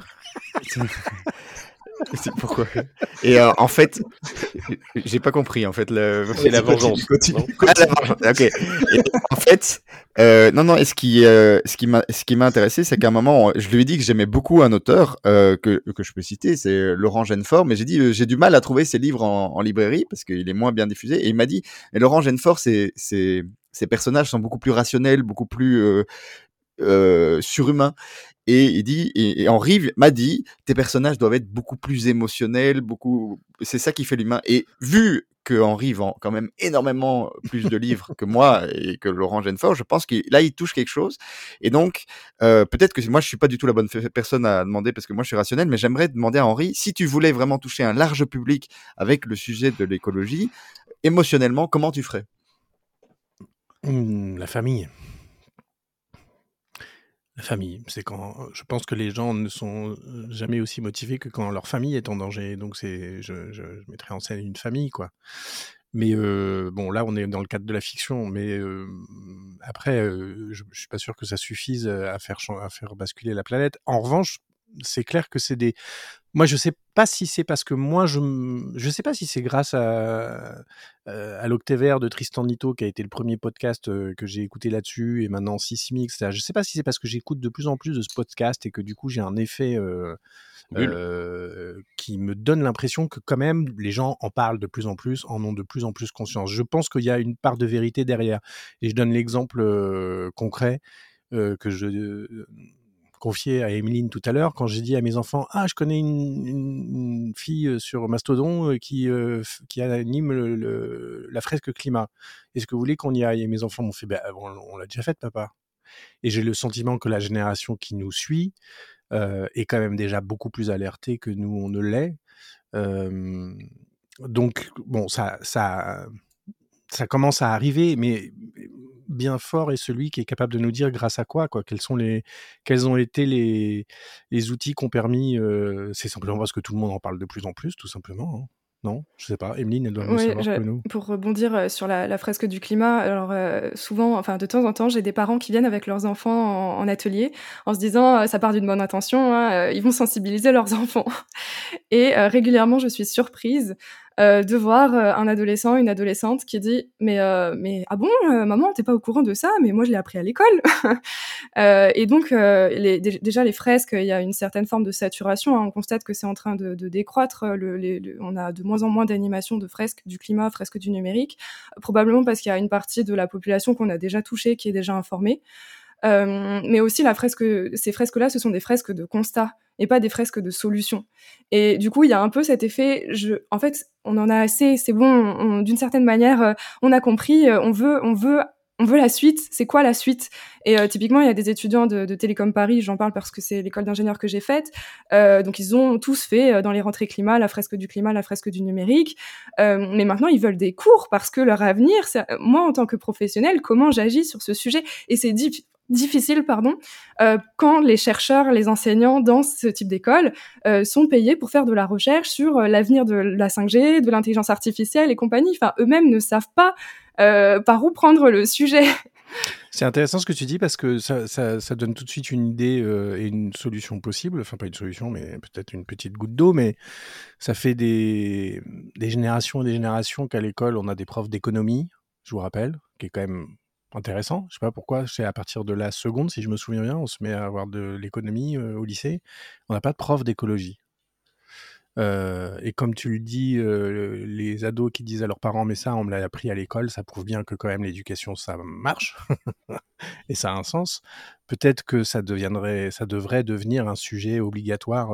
C'est pourquoi. Et en fait, j'ai pas compris en fait. C'est la vengeance. La vengeance. Ok. Et en fait, non. Et ce qui m'a intéressé, c'est qu'à un moment, je lui ai dit que j'aimais beaucoup un auteur que je peux citer, c'est Laurent Genefort, mais j'ai dit j'ai du mal à trouver ses livres en librairie parce qu'il est moins bien diffusé. Et il m'a dit, mais Laurent Genefort, ses personnages sont beaucoup plus rationnels, beaucoup plus surhumains. Et il dit, et Henri m'a dit, tes personnages doivent être beaucoup plus émotionnels, c'est ça qui fait l'humain. Et vu que Henri vend quand même énormément plus de livres que moi et que Laurent Genefort, je pense qu'il touche quelque chose. Et donc, peut-être que moi, je suis pas du tout la bonne personne à demander parce que moi, je suis rationnel, mais j'aimerais demander à Henri, si tu voulais vraiment toucher un large public avec le sujet de l'écologie, émotionnellement, comment tu ferais? La famille. La famille, c'est quand je pense que les gens ne sont jamais aussi motivés que quand leur famille est en danger. Donc je mettrais en scène une famille, quoi. Mais bon, là, on est dans le cadre de la fiction. Mais après, je suis pas sûr que ça suffise à faire basculer la planète. En revanche, c'est clair que c'est des... Moi, je sais pas si c'est parce que moi, je sais pas si c'est grâce à l'Octévert de Tristan Nitto, qui a été le premier podcast que j'ai écouté là-dessus, et maintenant Sismi, etc. Je sais pas si c'est parce que j'écoute de plus en plus de ce podcast et que du coup, j'ai un effet qui me donne l'impression que quand même, les gens en parlent de plus en plus, en ont de plus en plus conscience. Je pense qu'il y a une part de vérité derrière. Et je donne l'exemple concret que je... confié à Emeline tout à l'heure, quand j'ai dit à mes enfants, je connais une fille sur Mastodon qui anime la fresque climat. Est-ce que vous voulez qu'on y aille? Et mes enfants m'ont fait, on l'a déjà fait, papa. Et j'ai le sentiment que la génération qui nous suit est quand même déjà beaucoup plus alertée que nous, on ne l'est. Donc, bon, ça commence à arriver, mais bien fort est celui qui est capable de nous dire grâce à quoi quels ont été les outils qui ont permis, c'est simplement parce que tout le monde en parle de plus en plus, tout simplement. Non, je sais pas. Emeline, elle doit mieux savoir que nous. Pour rebondir sur la fresque du climat, alors souvent, enfin de temps en temps, j'ai des parents qui viennent avec leurs enfants en atelier en se disant ça part d'une bonne intention, hein, ils vont sensibiliser leurs enfants. Et régulièrement, je suis surprise de voir un adolescent, une adolescente qui dit mais ah bon, maman, t'es pas au courant de ça? Mais moi, je l'ai appris à l'école. Et donc, déjà, les fresques, il y a une certaine forme de saturation. Hein. On constate que c'est en train de décroître. On a de moins en moins d'animations de fresques du climat, fresques du numérique, probablement parce qu'il y a une partie de la population qu'on a déjà touchée, qui est déjà informée. Mais aussi, ces fresques-là, ce sont des fresques de constat et pas des fresques de solution. Et du coup, il y a un peu cet effet, en fait, on en a assez, c'est bon, d'une certaine manière, on a compris, on veut la suite. C'est quoi la suite? Et typiquement, il y a des étudiants de Télécom Paris, j'en parle parce que c'est l'école d'ingénieurs que j'ai faite, donc ils ont tous fait dans les rentrées climat, la fresque du climat, la fresque du numérique, mais maintenant ils veulent des cours parce que leur avenir, moi en tant que professionnelle, comment j'agis sur ce sujet? Et c'est difficile, quand les chercheurs, les enseignants dans ce type d'école sont payés pour faire de la recherche sur l'avenir de la 5G, de l'intelligence artificielle et compagnie. Enfin, eux-mêmes ne savent pas par où prendre le sujet. C'est intéressant ce que tu dis parce que ça donne tout de suite une idée et une solution possible. Enfin, pas une solution, mais peut-être une petite goutte d'eau. Mais ça fait des générations et des générations qu'à l'école, on a des profs d'économie, je vous rappelle, qui est quand même intéressant. Je sais pas pourquoi, c'est à partir de la seconde, si je me souviens bien, on se met à avoir de l'économie au lycée. On n'a pas de prof d'écologie. Et comme tu le dis, les ados qui disent à leurs parents mais ça on me l'a appris à l'école, ça prouve bien que quand même l'éducation ça marche et ça a un sens. Peut-être que ça devrait devenir un sujet obligatoire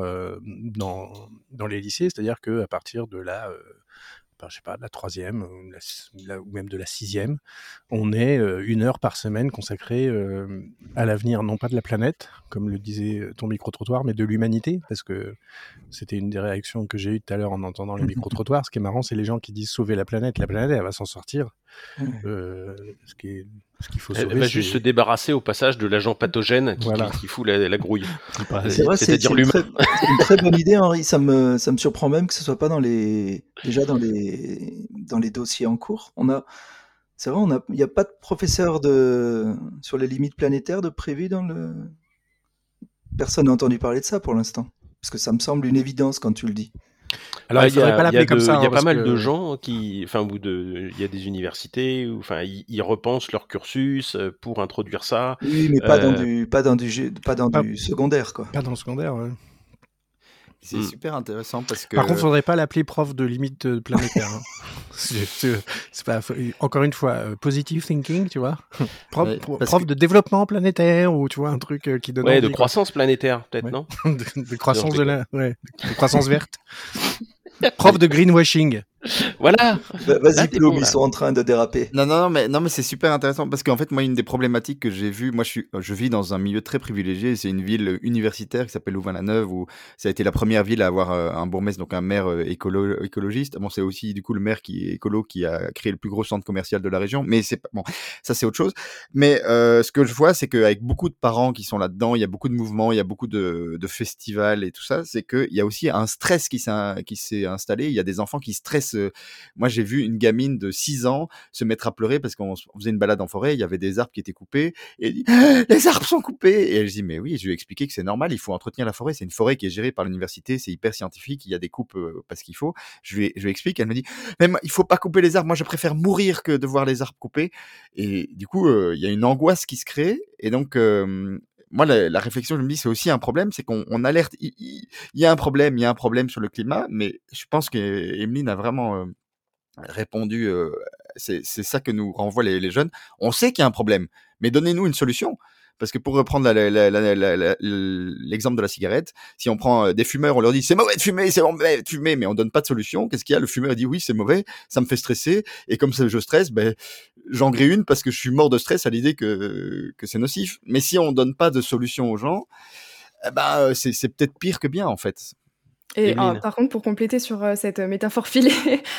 dans les lycées, c'est-à-dire qu'à partir de je sais pas, de la 3e ou même de la 6e, on est 1 heure par semaine consacrée à l'avenir, non pas de la planète, comme le disait ton micro-trottoir, mais de l'humanité, parce que c'était une des réactions que j'ai eues tout à l'heure en entendant les micro-trottoirs. Ce qui est marrant, c'est les gens qui disent sauver la planète, elle va s'en sortir. Ce qu'il faut sauver, elle va juste se débarrasser au passage de l'agent pathogène qui fout la grouille. C'est vrai, c'est une très bonne idée, Henri. Ça me surprend même que ce soit pas dans les dossiers en cours. C'est vrai, il n'y a pas de professeur sur les limites planétaires de prévu dans le. Personne n'a entendu parler de ça pour l'instant, parce que ça me semble une évidence quand tu le dis. Alors, il faudrait pas l'appeler comme ça. Il y a pas mal de gens il y a des universités où, ils repensent leur cursus pour introduire ça. Oui, mais pas dans du secondaire, quoi. Pas dans le secondaire, ouais. C'est super intéressant parce que. Par contre, faudrait pas l'appeler prof de limite planétaire. Hein. C'est pas, encore une fois, positive thinking, tu vois. Prof de développement planétaire ou tu vois un truc qui donne. Ouais, de croissance planétaire, peut-être, non de croissance de croissance verte. Prof de greenwashing. Voilà. Vas-y, Ploum, ils sont en train de déraper. Non, mais c'est super intéressant parce qu'en fait, moi, une des problématiques que j'ai vues, moi, je vis dans un milieu très privilégié. C'est une ville universitaire qui s'appelle Louvain-la-Neuve où ça a été la première ville à avoir un bourgmestre, donc un maire écologiste. Bon, c'est aussi du coup le maire qui est écolo qui a créé le plus gros centre commercial de la région. Mais ça c'est autre chose. Mais ce que je vois, c'est qu'avec beaucoup de parents qui sont là-dedans, il y a beaucoup de mouvements, il y a beaucoup de festivals et tout ça. C'est qu'il y a aussi un stress qui s'est installé. Il y a des enfants qui stressent. Moi, j'ai vu une gamine de 6 ans se mettre à pleurer parce qu'on faisait une balade en forêt, il y avait des arbres qui étaient coupés, et elle dit « Les arbres sont coupés !» Et elle dit « Mais oui, je lui ai expliqué que c'est normal, il faut entretenir la forêt, c'est une forêt qui est gérée par l'université, c'est hyper scientifique, il y a des coupes parce qu'il faut. » Je lui explique, elle me dit « Mais il faut pas couper les arbres, moi je préfère mourir que de voir les arbres coupés. » Et du coup, il y a une angoisse qui se crée, et donc... moi, la réflexion, je me dis, c'est aussi un problème, c'est qu'on alerte. Il y a un problème sur le climat, mais je pense qu'Emeline a vraiment répondu. C'est ça que nous renvoient les jeunes. On sait qu'il y a un problème, mais donnez-nous une solution. Parce que pour reprendre l'exemple de la cigarette, si on prend des fumeurs, on leur dit c'est mauvais de fumer, mais on donne pas de solution. Qu'est-ce qu'il y a? Le fumeur dit oui, c'est mauvais, ça me fait stresser, et comme je stresse, j'en grille une parce que je suis mort de stress à l'idée que c'est nocif. Mais si on donne pas de solution aux gens, c'est peut-être pire que bien en fait. Et par contre, pour compléter sur cette métaphore filée,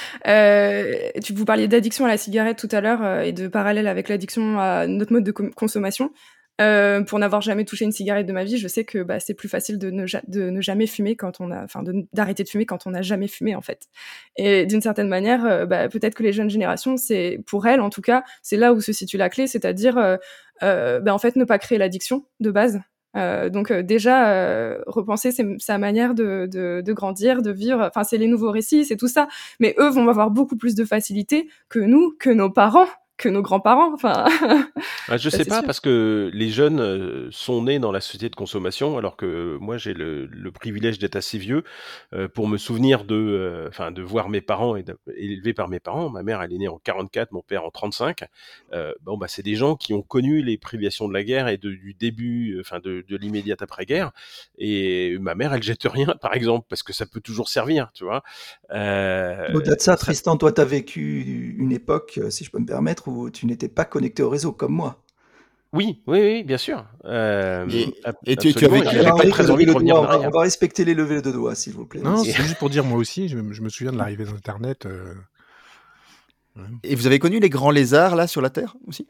vous parliez d'addiction à la cigarette tout à l'heure et de parallèle avec l'addiction à notre mode de consommation. Pour n'avoir jamais touché une cigarette de ma vie, je sais que c'est plus facile de ne jamais fumer d'arrêter de fumer quand on n'a jamais fumé en fait. Et d'une certaine manière, peut-être que les jeunes générations, c'est pour elles en tout cas, c'est là où se situe la clé, c'est-à-dire en fait ne pas créer l'addiction de base. Donc déjà repenser sa manière de grandir, de vivre. Enfin, c'est les nouveaux récits, c'est tout ça. Mais eux vont avoir beaucoup plus de facilité que nous, que nos parents, que nos grands-parents. Enfin, je sais pas, parce que les jeunes sont nés dans la société de consommation, alors que moi j'ai le privilège d'être assez vieux pour me souvenir de voir mes parents et élevés par mes parents. Ma mère, elle est née en 44, mon père en 35. C'est des gens qui ont connu les privations de la guerre et du début, de l'immédiate après-guerre. Et ma mère, elle jette rien, par exemple, parce que ça peut toujours servir, tu vois. Au-delà de ça, Tristan, toi, tu as vécu une époque, si je peux me permettre, où tu n'étais pas connecté au réseau comme moi. Oui, bien sûr. tu as vécu- J'avais pas très envie de revenir en arrière. On va respecter les levées de doigts, s'il vous plaît. Non, c'est juste pour dire, moi aussi, je me souviens de l'arrivée d'Internet. Et vous avez connu les grands lézards, là, sur la Terre, aussi?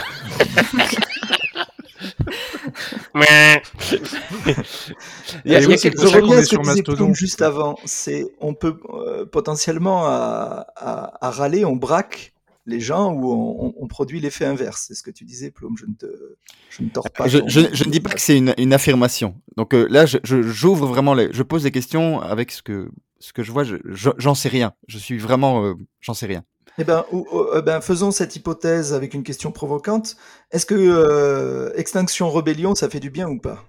Il y a quelque chose que disait Ploum juste avant, c'est on peut potentiellement à râler, on braque les gens ou on produit l'effet inverse. C'est ce que tu disais, Ploum. Je ne tords pas. Je ne dis pas que c'est une affirmation. Donc là, j'ouvre vraiment je pose des questions avec ce que je vois. J'en sais rien. Je suis vraiment, j'en sais rien. Eh ben, faisons cette hypothèse avec une question provocante. Est-ce que Extinction Rebellion, ça fait du bien ou pas?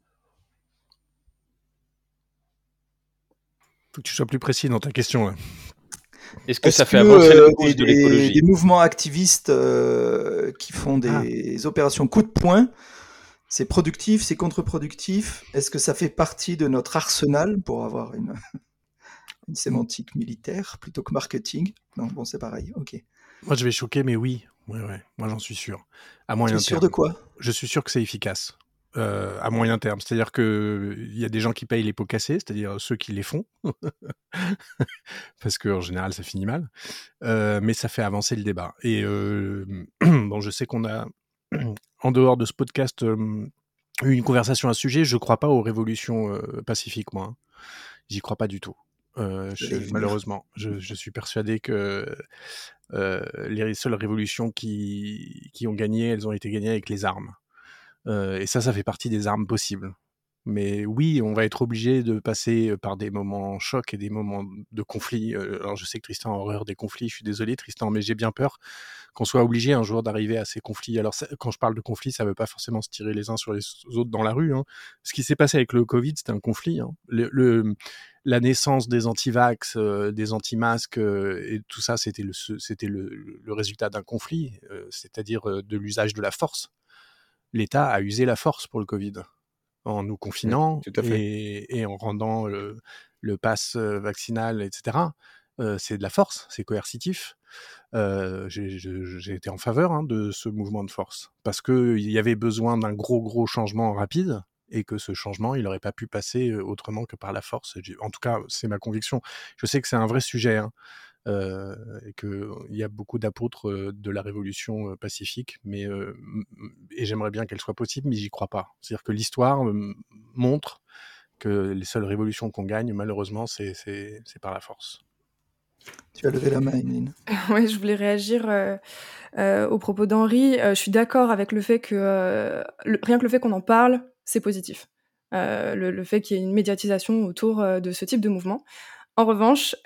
Faut que tu sois plus précis dans ta question. Là. Est-ce que ça fait avancer la cause de l'écologie? Des mouvements activistes qui font des opérations coup de poing, c'est productif, c'est contre-productif. Est-ce que ça fait partie de notre arsenal pour avoir une sémantique militaire plutôt que marketing? Non, bon, c'est pareil, ok. Moi, je vais choquer, mais oui. Ouais. Moi, j'en suis sûr. À moyen terme. Tu es sûr de quoi? Je suis sûr que c'est efficace. À moyen terme. C'est-à-dire qu'il y a des gens qui payent les pots cassés, c'est-à-dire ceux qui les font. Parce qu'en général, ça finit mal. Mais ça fait avancer le débat. Et je sais qu'on a, en dehors de ce podcast, eu une conversation à ce sujet. Je ne crois pas aux révolutions pacifiques, moi. Hein. J'y crois pas du tout. Malheureusement, je suis persuadé que les seules révolutions qui ont gagné, elles ont été gagnées avec les armes. Et ça fait partie des armes possibles. Mais oui, on va être obligé de passer par des moments chocs et des moments de conflit. Alors je sais que Tristan a horreur des conflits, je suis désolé Tristan, mais j'ai bien peur qu'on soit obligé un jour d'arriver à ces conflits. Alors quand je parle de conflit, ça ne veut pas forcément se tirer les uns sur les autres dans la rue. Hein. Ce qui s'est passé avec le Covid, c'était un conflit. Hein. La naissance des anti-vax, des anti-masques et tout ça, c'était le résultat d'un conflit, c'est-à-dire de l'usage de la force. L'État a usé la force pour le Covid, en nous confinant et en rendant le pass vaccinal, etc. C'est de la force, c'est coercitif. J'ai été en faveur de ce mouvement de force, parce qu'il y avait besoin d'un gros changement rapide, et que ce changement, il n'aurait pas pu passer autrement que par la force. En tout cas, c'est ma conviction. Je sais que c'est un vrai sujet, et qu'il y a beaucoup d'apôtres de la révolution pacifique, et j'aimerais bien qu'elle soit possible, mais j'y crois pas. C'est-à-dire que l'histoire montre que les seules révolutions qu'on gagne, malheureusement, c'est par la force. Tu as levé la main, Emeline. Oui, je voulais réagir au propos d'Henri. Je suis d'accord avec le fait que rien que le fait qu'on en parle, c'est positif. Le fait qu'il y ait une médiatisation autour de ce type de mouvement. En revanche,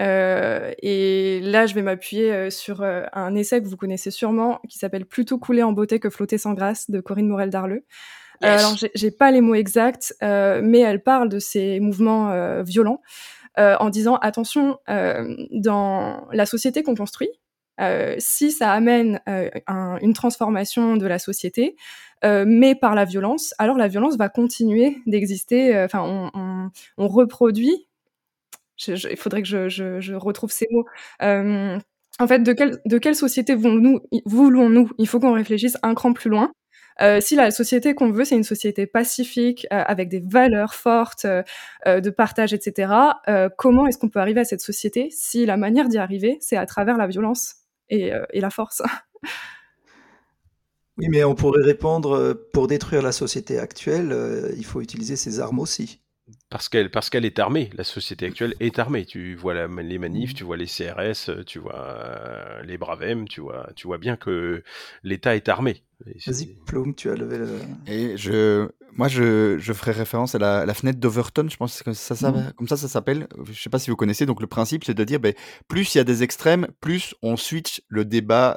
et là je vais m'appuyer sur un essai que vous connaissez sûrement, qui s'appelle « Plutôt couler en beauté que flotter sans grâce » de Corinne Morel-Darleux. Yes. Alors j'ai pas les mots exacts, mais elle parle de ces mouvements violents, en disant attention, dans la société qu'on construit, si ça amène une transformation de la société, mais par la violence, alors la violence va continuer d'exister. On reproduit. Il faudrait que je retrouve ces mots. En fait, de quelle société voulons-nous? Il faut qu'on réfléchisse un cran plus loin. Si la société qu'on veut, c'est une société pacifique, avec des valeurs fortes, de partage, etc., comment est-ce qu'on peut arriver à cette société si la manière d'y arriver, c'est à travers la violence et la force? Oui, mais on pourrait répondre, pour détruire la société actuelle, il faut utiliser ces armes aussi. Parce qu'elle est armée, la société actuelle est armée. Tu vois les manifs, tu vois les CRS, tu vois les Bravem, tu vois bien que l'État est armé. Vas-y, Ploum, tu as levé le... Et moi, je ferai référence à la fenêtre d'Overton, je pense que comme ça s'appelle. Je sais pas si vous connaissez. Donc, le principe, c'est de dire, plus il y a des extrêmes, plus on switch le débat,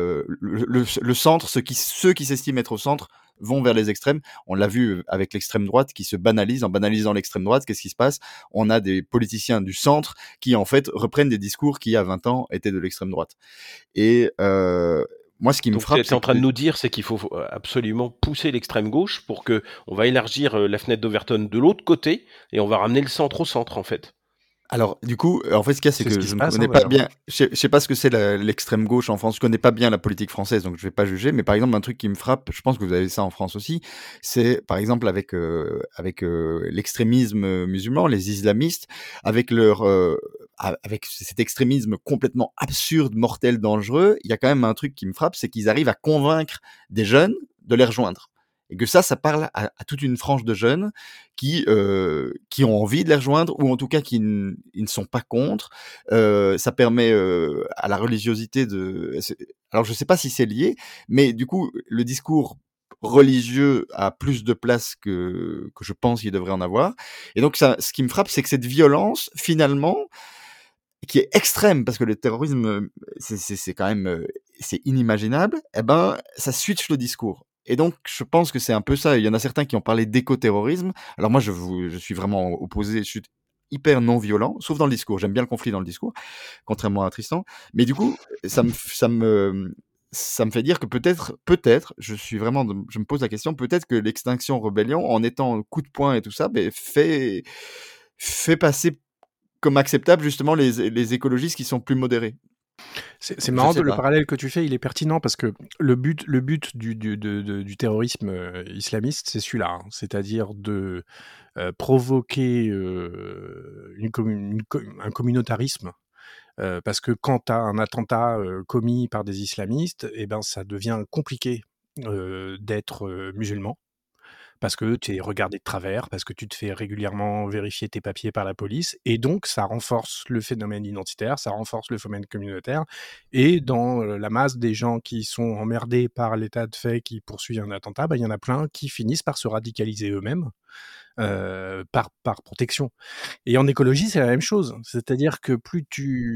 le centre, ceux qui s'estiment être au centre vont vers les extrêmes. On l'a vu avec l'extrême droite qui se banalise. En banalisant l'extrême droite, qu'est-ce qui se passe? On a des politiciens du centre qui, en fait, reprennent des discours qui, il y a 20 ans, étaient de l'extrême droite. Et moi, ce qui me frappe, tu es en train de nous dire, c'est qu'il faut absolument pousser l'extrême gauche pour que on va élargir la fenêtre d'Overton de l'autre côté et on va ramener le centre au centre, en fait. Alors, du coup, en fait, ce qu'il y a, c'est que je ne connais pas bien. Je sais pas ce que c'est l'extrême gauche en France. Je connais pas bien la politique française, donc je vais pas juger. Mais par exemple, un truc qui me frappe, je pense que vous avez ça en France aussi, c'est par exemple avec l'extrémisme musulman, les islamistes, avec cet extrémisme complètement absurde, mortel, dangereux. Il y a quand même un truc qui me frappe, c'est qu'ils arrivent à convaincre des jeunes de les rejoindre. Et que ça parle à toute une frange de jeunes qui ont envie de les rejoindre, ou en tout cas qui ne sont pas contre. Ça permet à la religiosité alors je sais pas si c'est lié, mais du coup le discours religieux a plus de place que je pense qu'il devrait en avoir. Et donc ce qui me frappe, c'est que cette violence, finalement, qui est extrême, parce que le terrorisme, c'est quand même c'est inimaginable, ça switch le discours. Et donc, je pense que c'est un peu ça. Il y en a certains qui ont parlé d'éco-terrorisme. Alors moi, je suis vraiment opposé. Je suis hyper non-violent, sauf dans le discours. J'aime bien le conflit dans le discours, contrairement à Tristan. Mais du coup, ça me fait dire que peut-être, je me pose la question, peut-être que l'Extinction Rebellion, en étant coup de poing et tout ça, fait passer comme acceptable justement les écologistes qui sont plus modérés. C'est marrant le parallèle que tu fais, il est pertinent parce que le but du terrorisme islamiste, c'est celui-là, hein, c'est-à-dire de provoquer un communautarisme. Parce que quand tu as un attentat commis par des islamistes, ça devient compliqué d'être musulman. Parce que tu es regardé de travers, parce que tu te fais régulièrement vérifier tes papiers par la police, et donc ça renforce le phénomène identitaire, ça renforce le phénomène communautaire, et dans la masse des gens qui sont emmerdés par l'état de fait qui poursuit un attentat, il y en a plein qui finissent par se radicaliser eux-mêmes, par protection. Et en écologie, c'est la même chose, c'est-à-dire que plus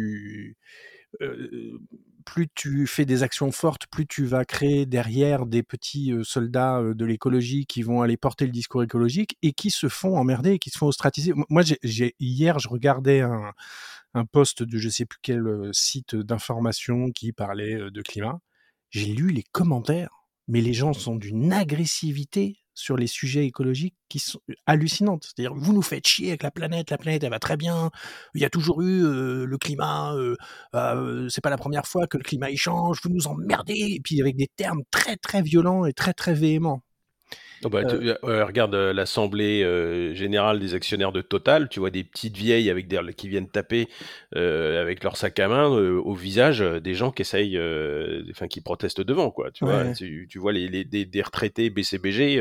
tu fais des actions fortes, plus tu vas créer derrière des petits soldats de l'écologie qui vont aller porter le discours écologique et qui se font emmerder et qui se font ostraciser. Moi, hier, je regardais un post de je sais plus quel site d'information qui parlait de climat. J'ai lu les commentaires, mais les gens sont d'une agressivité sur les sujets écologiques qui sont hallucinantes. C'est-à-dire, vous nous faites chier avec la planète elle va très bien, il y a toujours eu le climat, c'est pas la première fois que le climat il change, vous nous emmerdez, et puis avec des termes très très violents et très très véhéments. Regarde l'assemblée générale des actionnaires de Total, tu vois des petites vieilles qui viennent taper avec leur sac à main au visage des gens qui essayent, qui protestent devant, quoi. Tu vois, tu vois des retraités BCBG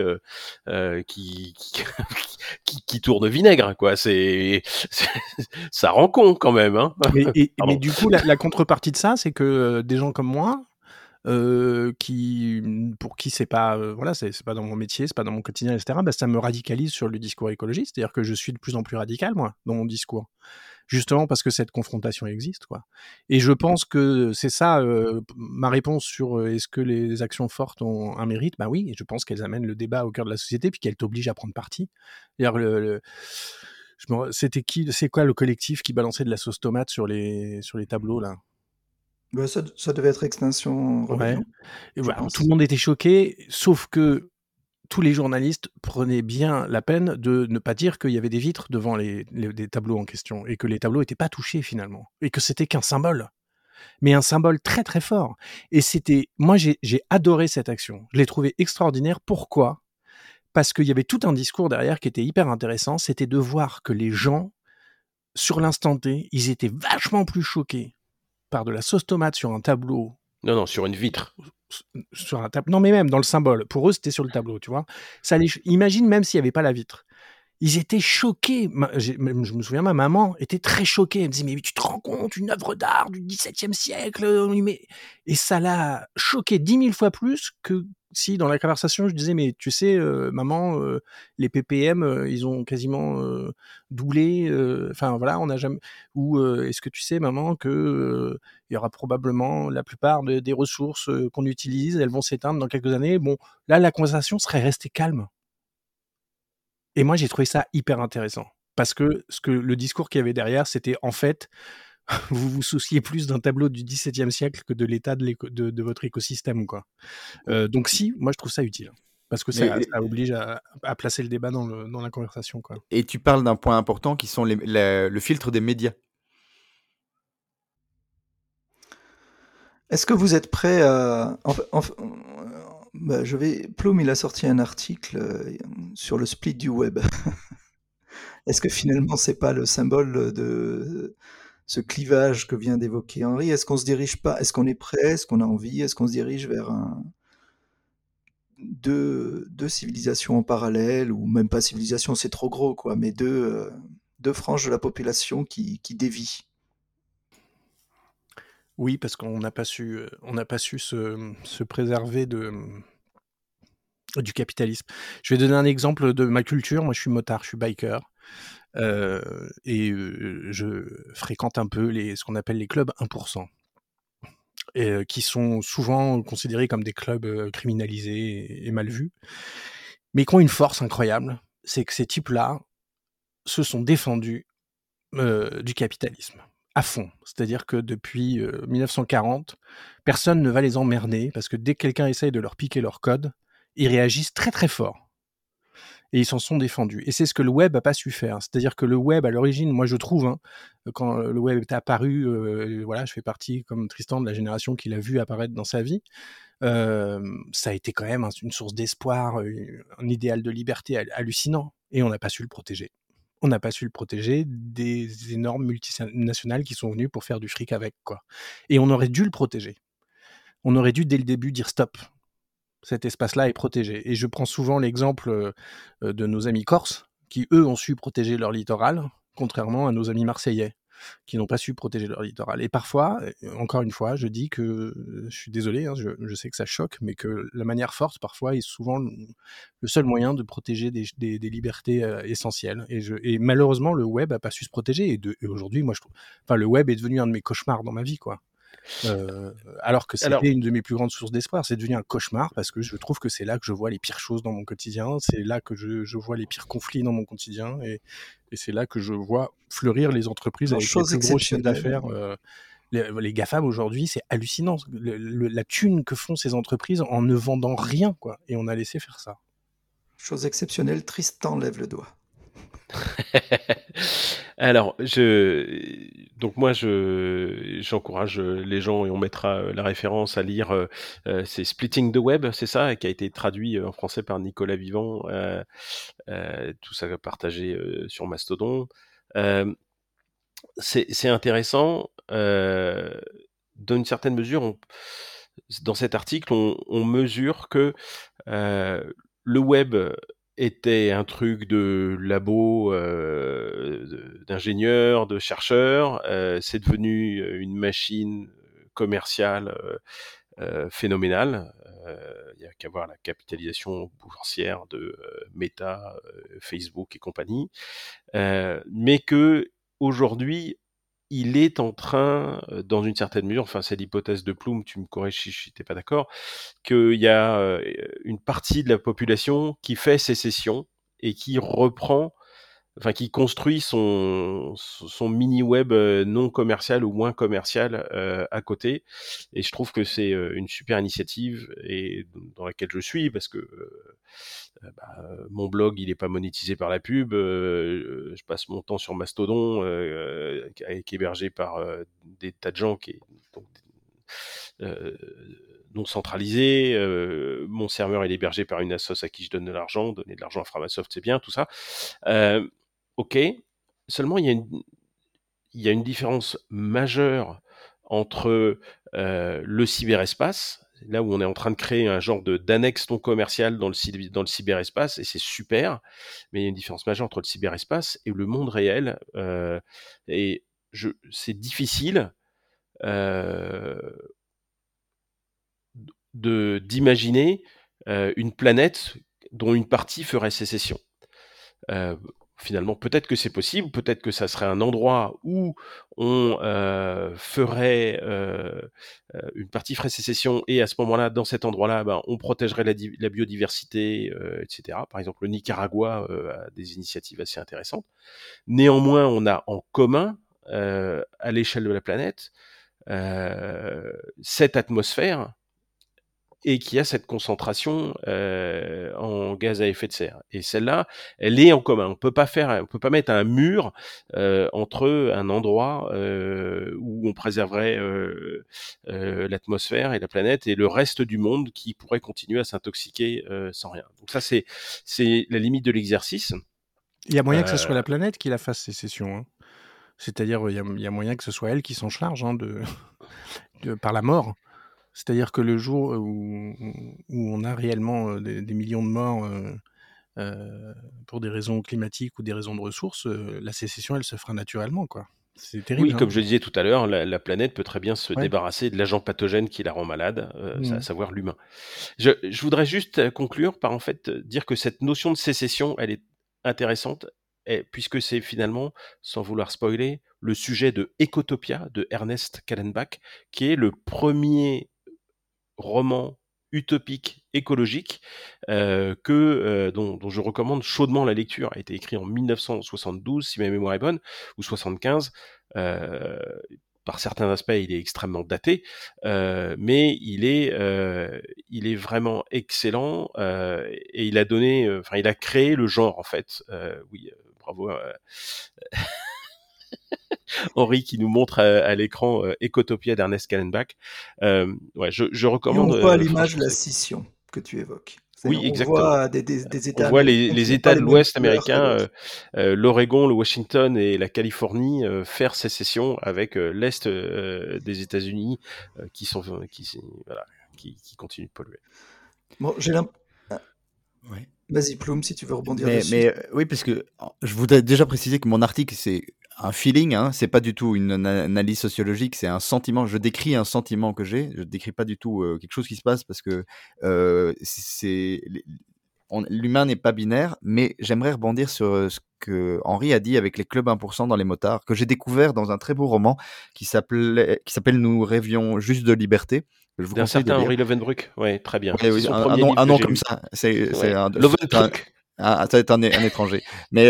qui tournent vinaigre, quoi. Ça rend con quand même, hein. Mais du coup, la contrepartie de ça, c'est que des gens comme moi, pour qui c'est pas c'est pas dans mon métier, c'est pas dans mon quotidien, etc., ça me radicalise sur le discours écologiste, c'est-à-dire que je suis de plus en plus radical, moi, dans mon discours, justement parce que cette confrontation existe, quoi. Et je pense que c'est ça ma réponse sur est-ce que les actions fortes ont un mérite. Oui, et je pense qu'elles amènent le débat au cœur de la société puis qu'elles t'obligent à prendre parti. C'est-à-dire c'est quoi le collectif qui balançait de la sauce tomate sur les tableaux là? Ça devait être Extinction Rebellion. Et voilà, tout le monde était choqué, sauf que tous les journalistes prenaient bien la peine de ne pas dire qu'il y avait des vitres devant les tableaux en question, et que les tableaux n'étaient pas touchés finalement, et que c'était qu'un symbole. Mais un symbole très très fort. Et moi j'ai adoré cette action, je l'ai trouvée extraordinaire. Pourquoi ? Parce qu'il y avait tout un discours derrière qui était hyper intéressant, c'était de voir que les gens, sur l'instant T, ils étaient vachement plus choqués par de la sauce tomate sur un tableau Non, sur une vitre. Sur un tableau. Non, mais même dans le symbole. Pour eux, c'était sur le tableau, tu vois. Imagine même s'il n'y avait pas la vitre. Ils étaient choqués. Je me souviens, ma maman était très choquée. Elle me disait, mais tu te rends compte, une œuvre d'art du XVIIe siècle. Et ça l'a choqué 10 000 fois plus que si dans la conversation, je disais, mais tu sais, maman, les ppm, ils ont quasiment doublé. Enfin, voilà, on n'a jamais... Ou est-ce que tu sais, maman, que il y aura probablement la plupart des ressources qu'on utilise, elles vont s'éteindre dans quelques années. Bon, là, la conversation serait restée calme. Et moi, j'ai trouvé ça hyper intéressant. Parce que le discours qu'il y avait derrière, c'était en fait, vous vous souciez plus d'un tableau du XVIIe siècle que de l'état de votre écosystème, quoi. Donc si, moi, je trouve ça utile. Parce que ça oblige à placer le débat dans la conversation, quoi. Et tu parles d'un point important qui sont le filtre des médias. Est-ce que vous êtes prêts à... Plum, il a sorti un article sur le split du web. Est-ce que finalement, c'est pas le symbole de ce clivage que vient d'évoquer Henri? Est-ce qu'on se dirige pas? Est-ce qu'on est prêt? Est-ce qu'on a envie? Est-ce qu'on se dirige vers deux civilisations en parallèle, ou même pas civilisation, c'est trop gros, quoi, mais deux franges de la population qui dévient? Oui, parce qu'on n'a pas su se préserver du capitalisme. Je vais donner un exemple de ma culture. Moi, je suis motard, je suis biker. Et je fréquente un peu ce qu'on appelle les clubs 1%. Qui sont souvent considérés comme des clubs criminalisés et mal vus, mais qui ont une force incroyable, c'est que ces types-là se sont défendus du capitalisme à fond. C'est-à-dire que depuis 1940, personne ne va les emmerder, parce que dès que quelqu'un essaye de leur piquer leur code, ils réagissent très très fort. Et ils s'en sont défendus. Et c'est ce que le web n'a pas su faire. C'est-à-dire que le web, à l'origine, moi je trouve, quand le web est apparu, voilà, je fais partie, comme Tristan, de la génération qui l'a vu apparaître dans sa vie, ça a été quand même une source d'espoir, un idéal de liberté hallucinant. Et on n'a pas su le protéger. On n'a pas su le protéger des énormes multinationales qui sont venues pour faire du fric avec, quoi. Et on aurait dû le protéger. On aurait dû, dès le début, dire stop. Cet espace-là est protégé. Et je prends souvent l'exemple de nos amis corses, qui, eux, ont su protéger leur littoral, contrairement à nos amis marseillais, qui n'ont pas su protéger leur littoral. Et parfois, encore une fois, je dis que, je suis désolé, je sais que ça choque, mais que la manière forte, parfois, est souvent le seul moyen de protéger des libertés essentielles. Et malheureusement, le web n'a pas su se protéger. Et aujourd'hui, moi, je trouve... Enfin, le web est devenu un de mes cauchemars dans ma vie, quoi. Alors que c'était une de mes plus grandes sources d'espoir. C'est devenu un cauchemar parce que je trouve que c'est là que je vois les pires choses dans mon quotidien, c'est là que je vois les pires conflits dans mon quotidien, et c'est là que je vois fleurir les entreprises avec les plus gros chiffres d'affaires. Les GAFAM aujourd'hui, c'est hallucinant, la thune que font ces entreprises en ne vendant rien, quoi, et on a laissé faire ça. Chose exceptionnelle, Tristan lève le doigt. Alors, moi, j'encourage les gens, et on mettra la référence à lire, c'est Splitting the Web, c'est ça, qui a été traduit en français par Nicolas Vivant, tout ça partagé sur Mastodon. C'est intéressant, dans une certaine mesure, dans cet article, on mesure que le web était un truc de labo, d'ingénieurs, de chercheurs. C'est devenu une machine commerciale phénoménale. Il n'y a qu'à voir la capitalisation boursière de Meta, Facebook et compagnie. Mais que aujourd'hui, il est en train, dans une certaine mesure, enfin c'est l'hypothèse de Plum, tu me corriges si je n'étais pas d'accord, qu'il y a une partie de la population qui fait sécession et qui reprend, enfin qui construit son mini-web non commercial ou moins commercial à côté. Et je trouve que c'est une super initiative, et dans laquelle je suis, parce que mon blog, il n'est pas monétisé par la pub. Je passe mon temps sur Mastodon, qui est hébergé par des tas de gens qui est non centralisé. Mon serveur est hébergé par une assoce à qui je donne de l'argent. Donner de l'argent à Framasoft, c'est bien, tout ça. Ok. Seulement, il y a une différence majeure entre le cyberespace, là où on est en train de créer un genre d'annexe non commerciale dans le cyberespace, et c'est super, mais il y a une différence majeure entre le cyberespace et le monde réel, et c'est difficile d'imaginer une planète dont une partie ferait sécession. Finalement, peut-être que c'est possible, peut-être que ça serait un endroit où on ferait une partie ferait sécession, et à ce moment-là, dans cet endroit-là, on protégerait la biodiversité, etc. Par exemple, le Nicaragua a des initiatives assez intéressantes. Néanmoins, on a en commun, à l'échelle de la planète, cette atmosphère, et qui a cette concentration en gaz à effet de serre. Et celle-là, elle est en commun. On peut pas mettre un mur entre un endroit où on préserverait l'atmosphère et la planète et le reste du monde qui pourrait continuer à s'intoxiquer sans rien. Donc ça, c'est la limite de l'exercice. Il y a moyen que ce soit la planète qui la fasse sécession. Hein. C'est-à-dire, il y a moyen que ce soit elle qui s'en charge par la mort. C'est-à-dire que le jour où on a réellement des millions de morts pour des raisons climatiques ou des raisons de ressources, la sécession, elle se fera naturellement, quoi. C'est terrible. Oui, comme je le disais tout à l'heure, la planète peut très bien se débarrasser de l'agent pathogène qui la rend malade, à savoir l'humain. Je voudrais juste conclure par en fait dire que cette notion de sécession, elle est intéressante, puisque c'est finalement, sans vouloir spoiler, le sujet de Ecotopia de Ernest Callenbach, qui est le premier roman utopique écologique dont je recommande chaudement la lecture. A été écrit en 1972, si ma mémoire est bonne, ou 75. Par certains aspects, il est extrêmement daté, mais il est vraiment excellent, et il a créé le genre en fait. Oui, bravo. Henri qui nous montre à l'écran Ecotopia d'Ernest Callenbach. Je recommande. Et on voit à l'image la scission que tu évoques. Oui, exactement. On voit des États. On voit les États de l'Ouest américain, l'Oregon, le Washington et la Californie faire sécession avec l'Est des États-Unis qui continuent de polluer. Bon, j'ai Vas-y, Ploum, si tu veux rebondir dessus. Mais oui, parce que je voudrais déjà préciser que mon article, c'est un feeling, hein, c'est pas du tout une analyse sociologique, c'est un sentiment. Je décris un sentiment que j'ai, je décris pas du tout quelque chose qui se passe parce que l'humain n'est pas binaire, mais j'aimerais rebondir sur ce que Henri a dit avec les clubs 1% dans les motards, que j'ai découvert dans un très beau roman qui s'appelle Nous rêvions juste de liberté. D'un certain Henri Lovenbruck, ouais, très bien. Ouais, oui, un nom comme ça, c'est Lovenbruck. Ça va être un étranger. Mais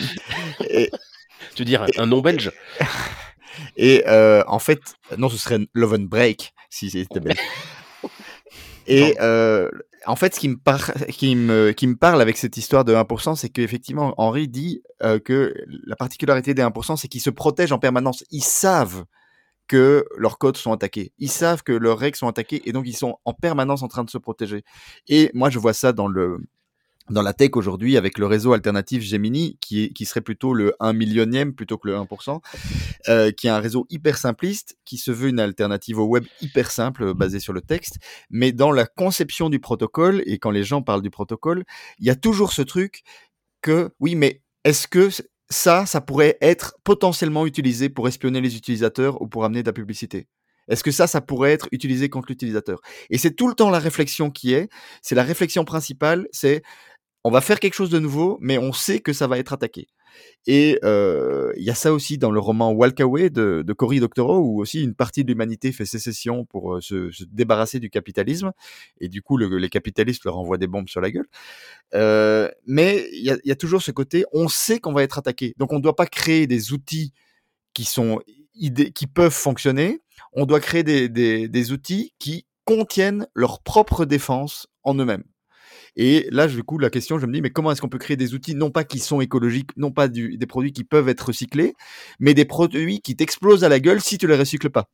tu veux dire un nom belge? Et en fait, non, ce serait Lovenbreak si c'était belge. Et en fait, ce qui me parle avec cette histoire de 1%, c'est qu'effectivement, Henri dit que la particularité des 1%, c'est qu'ils se protègent en permanence. Ils savent que leurs codes sont attaqués. Ils savent que leurs règles sont attaquées et donc ils sont en permanence en train de se protéger. Et moi, je vois ça dans la tech aujourd'hui avec le réseau alternatif Gemini qui serait plutôt le 1 millionième plutôt que le 1%, qui est un réseau hyper simpliste qui se veut une alternative au web hyper simple basée sur le texte, mais dans la conception du protocole et quand les gens parlent du protocole, il y a toujours ce truc que oui, mais est-ce que ça pourrait être potentiellement utilisé pour espionner les utilisateurs ou pour amener de la publicité? Est-ce que ça pourrait être utilisé contre l'utilisateur? Et c'est tout le temps la réflexion c'est la réflexion principale, c'est on va faire quelque chose de nouveau, mais on sait que ça va être attaqué. Et il y a ça aussi dans le roman Walk Away de Cory Doctorow, où aussi une partie de l'humanité fait sécession pour se débarrasser du capitalisme, et du coup les capitalistes leur envoient des bombes sur la gueule. Mais il y a toujours ce côté, on sait qu'on va être attaqué, donc on ne doit pas créer des outils qui peuvent fonctionner, on doit créer des outils qui contiennent leur propre défense en eux-mêmes. Et là, du coup, la question, je me dis, mais comment est-ce qu'on peut créer des outils, non pas qui sont écologiques, non pas des produits qui peuvent être recyclés, mais des produits qui t'explosent à la gueule si tu les recycles pas?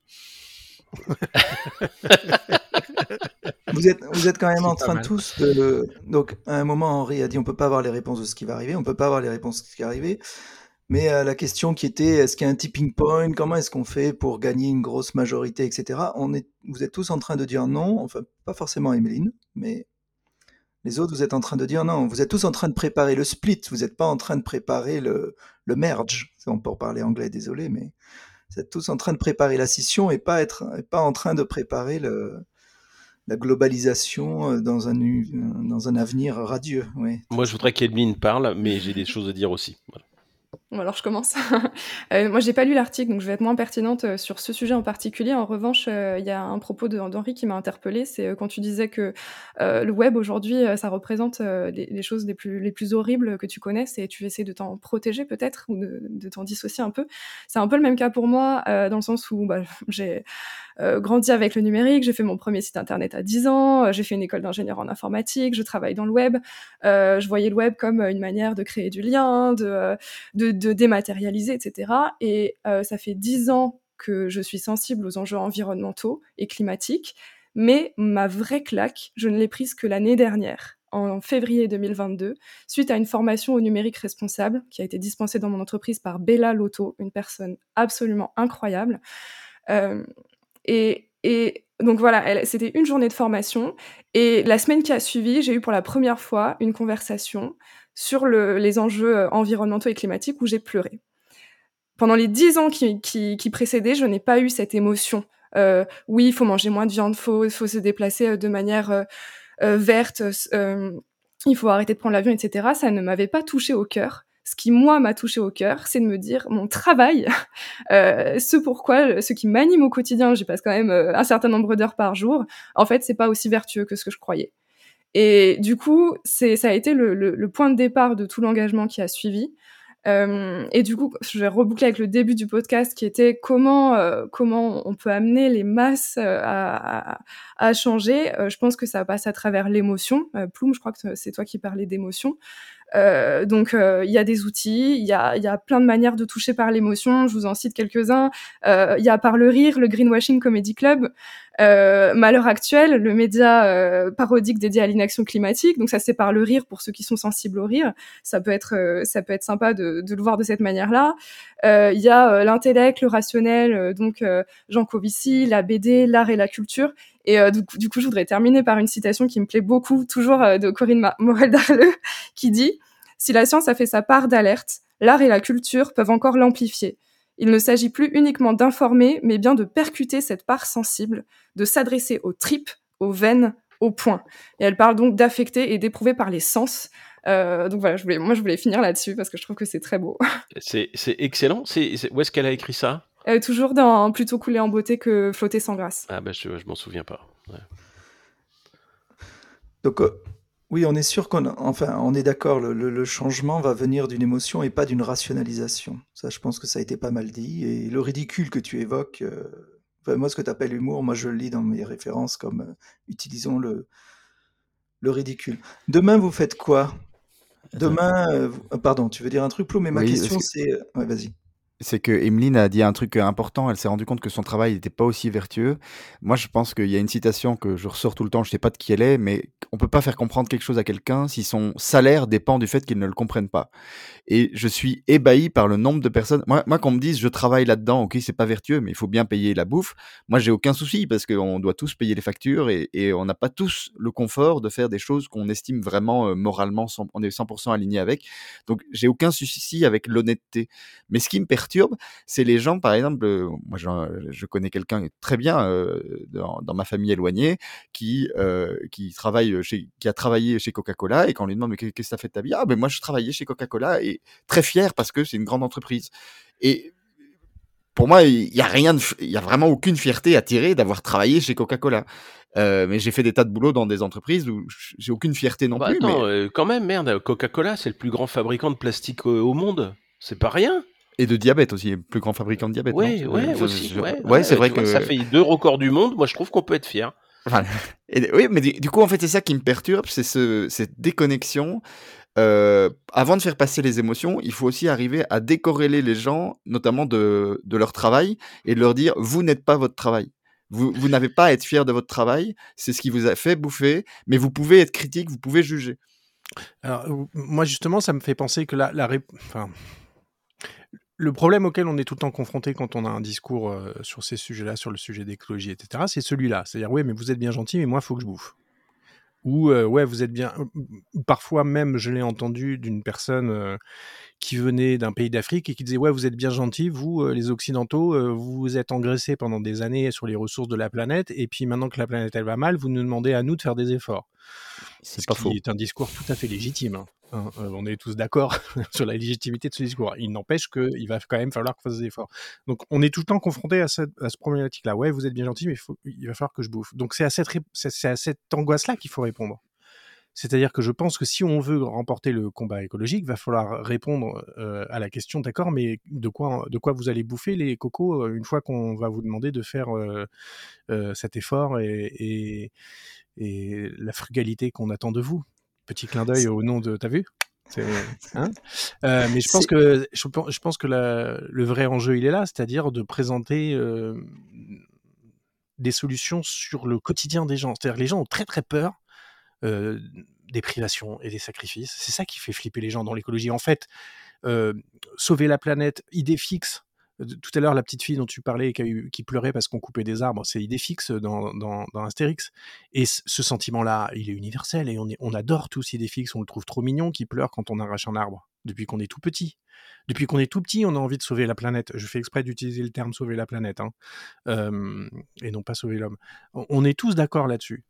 Vous êtes quand même en train tous de... Donc, à un moment, Henri a dit, on peut pas avoir les réponses de ce qui va arriver, on peut pas avoir les réponses de ce qui va arriver. Mais la question qui était, est-ce qu'il y a un tipping point? Comment est-ce qu'on fait pour gagner une grosse majorité, etc. Vous êtes tous en train de dire non, enfin pas forcément Emeline, mais les autres, vous êtes en train de dire non. Vous êtes tous en train de préparer le split, vous n'êtes pas en train de préparer le merge. On peut parler anglais, désolé, mais vous êtes tous en train de préparer la scission et pas en train de préparer la globalisation dans un avenir radieux. Oui. Moi, je voudrais qu'Emeline parle, mais j'ai des choses à dire aussi. Voilà. Bon, alors je commence. Moi, j'ai pas lu l'article, donc je vais être moins pertinente sur ce sujet en particulier. En revanche, il y a un propos d'Henri qui m'a interpellée, c'est quand tu disais que le web aujourd'hui, ça représente les choses les plus horribles que tu connaisses et tu essaies de t'en protéger peut-être ou de t'en dissocier un peu. C'est un peu le même cas pour moi, dans le sens où j'ai grandi avec le numérique, j'ai fait mon premier site internet à 10 ans, j'ai fait une école d'ingénieur en informatique, je travaille dans le web, je voyais le web comme une manière de créer du lien, de dématérialiser, etc. Et ça fait 10 ans que je suis sensible aux enjeux environnementaux et climatiques, mais ma vraie claque, je ne l'ai prise que l'année dernière, en février 2022, suite à une formation au numérique responsable qui a été dispensée dans mon entreprise par Bella Lotto, une personne absolument incroyable. Et donc voilà, c'était une journée de formation. Et la semaine qui a suivi, j'ai eu pour la première fois une conversation sur les enjeux environnementaux et climatiques où j'ai pleuré. Pendant les 10 ans qui précédaient, je n'ai pas eu cette émotion. Oui, il faut manger moins de viande, faut se déplacer de manière verte, il faut arrêter de prendre l'avion, etc. Ça ne m'avait pas touché au cœur. Ce qui, moi, m'a touché au cœur, c'est de me dire, mon travail, ce qui m'anime au quotidien, j'y passe quand même un certain nombre d'heures par jour, en fait, c'est pas aussi vertueux que ce que je croyais. Et du coup, ça a été le point de départ de tout l'engagement qui a suivi. Et du coup, je vais reboucler avec le début du podcast qui était comment on peut amener les masses à changer. Je pense que ça passe à travers l'émotion. Ploum, je crois que c'est toi qui parlais d'émotion. Donc il y a des outils, il y a plein de manières de toucher par l'émotion, je vous en cite quelques-uns. Il y a par le rire, le Greenwashing Comedy Club, Malheur Actuel, le média parodique dédié à l'inaction climatique. Donc ça, c'est par le rire pour ceux qui sont sensibles au rire. Ça peut être sympa de le voir de cette manière-là. Il y a l'intellect, le rationnel, donc Jean Covici, la BD, l'art et la culture. Et du coup, je voudrais terminer par une citation qui me plaît beaucoup, toujours de Corinne Morel-Darleux, qui dit « Si la science a fait sa part d'alerte, l'art et la culture peuvent encore l'amplifier. Il ne s'agit plus uniquement d'informer, mais bien de percuter cette part sensible, de s'adresser aux tripes, aux veines, aux points. » Et elle parle donc d'affecter et d'éprouver par les sens. Donc voilà, je voulais finir là-dessus parce que je trouve que c'est très beau. C'est excellent. Où est-ce qu'elle a écrit ça ? Toujours dans Plutôt couler en beauté que flotter sans grâce. Ah je m'en souviens pas. Ouais. Donc oui, on est sûr on est d'accord, le changement va venir d'une émotion et pas d'une rationalisation. Ça, je pense que ça a été pas mal dit. Et le ridicule que tu évoques, moi, ce que tu appelles humour, moi, je le lis dans mes références comme utilisons le ridicule. Demain, vous faites quoi ? Demain, pardon, tu veux dire un truc, Ploum, mais ma question, c'est... Ouais, vas-y. C'est que Emeline a dit un truc important, elle s'est rendue compte que son travail n'était pas aussi vertueux. Moi, je pense qu'il y a une citation que je ressors tout le temps, je ne sais pas de qui elle est, mais on ne peut pas faire comprendre quelque chose à quelqu'un si son salaire dépend du fait qu'il ne le comprenne pas. Et je suis ébahi par le nombre de personnes. Moi qu'on me dise je travaille là-dedans, ok, c'est pas vertueux, mais il faut bien payer la bouffe. Moi, j'ai aucun souci parce qu'on doit tous payer les factures et on n'a pas tous le confort de faire des choses qu'on estime vraiment moralement, on est 100% aligné avec. Donc, j'ai aucun souci avec l'honnêteté. Mais ce qui me perturbe, c'est les gens, par exemple, moi je connais quelqu'un très bien dans ma famille éloignée qui a travaillé chez Coca-Cola, et quand on lui demande mais qu'est-ce que ça fait de ta vie ? Ah ben moi je travaillais chez Coca-Cola, et très fier parce que c'est une grande entreprise. Et pour moi il y a vraiment aucune fierté à tirer d'avoir travaillé chez Coca-Cola. Mais j'ai fait des tas de boulot dans des entreprises où j'ai aucune fierté non plus. Attends, quand même, merde, Coca-Cola c'est le plus grand fabricant de plastique au monde, c'est pas rien. Et de diabète aussi, le plus grand fabricant de diabète. Oui, aussi. Ouais, c'est vrai que ça fait 2 records du monde. Moi, je trouve qu'on peut être fier. Voilà. Oui, mais du coup, en fait, c'est ça qui me perturbe, c'est cette déconnexion. Avant de faire passer les émotions, il faut aussi arriver à décorréler les gens, notamment de leur travail, et de leur dire vous n'êtes pas votre travail. Vous n'avez pas à être fier de votre travail. C'est ce qui vous a fait bouffer, mais vous pouvez être critique, vous pouvez juger. Alors, moi, justement, ça me fait penser que le problème auquel on est tout le temps confronté quand on a un discours sur ces sujets-là, sur le sujet d'écologie, etc., c'est celui-là. C'est-à-dire, ouais, mais vous êtes bien gentil, mais moi, il faut que je bouffe. Ou, ouais, vous êtes bien... Parfois même, je l'ai entendu d'une personne qui venait d'un pays d'Afrique et qui disait, ouais, vous êtes bien gentil, vous, les Occidentaux, vous vous êtes engraissés pendant des années sur les ressources de la planète, et puis maintenant que la planète, elle va mal, vous nous demandez à nous de faire des efforts. C'est pas faux. C'est un discours tout à fait légitime. On est tous d'accord sur la légitimité de ce discours. Il n'empêche qu'il va quand même falloir qu'on fasse des efforts. Donc, on est tout le temps confronté à ce problématique-là. Ouais, vous êtes bien gentil, mais il va falloir que je bouffe. Donc, c'est à cette angoisse-là qu'il faut répondre. C'est-à-dire que je pense que si on veut remporter le combat écologique, il va falloir répondre à la question, d'accord, mais de quoi vous allez bouffer les cocos une fois qu'on va vous demander de faire cet effort et la frugalité qu'on attend de vous. Petit clin d'œil au nom de... T'as vu ? Mais je pense que le vrai enjeu, il est là, c'est-à-dire de présenter des solutions sur le quotidien des gens. C'est-à-dire que les gens ont très très peur des privations et des sacrifices. C'est ça qui fait flipper les gens dans l'écologie. En fait, sauver la planète, idée fixe. Tout à l'heure, la petite fille dont tu parlais qui pleurait parce qu'on coupait des arbres, c'est idée fixe dans Astérix. Et ce sentiment-là, il est universel et on adore tous idée fixe. On le trouve trop mignon qui pleure quand on arrache un arbre, depuis qu'on est tout petit. Depuis qu'on est tout petit, on a envie de sauver la planète. Je fais exprès d'utiliser le terme sauver la planète, et non pas sauver l'homme. On est tous d'accord là-dessus.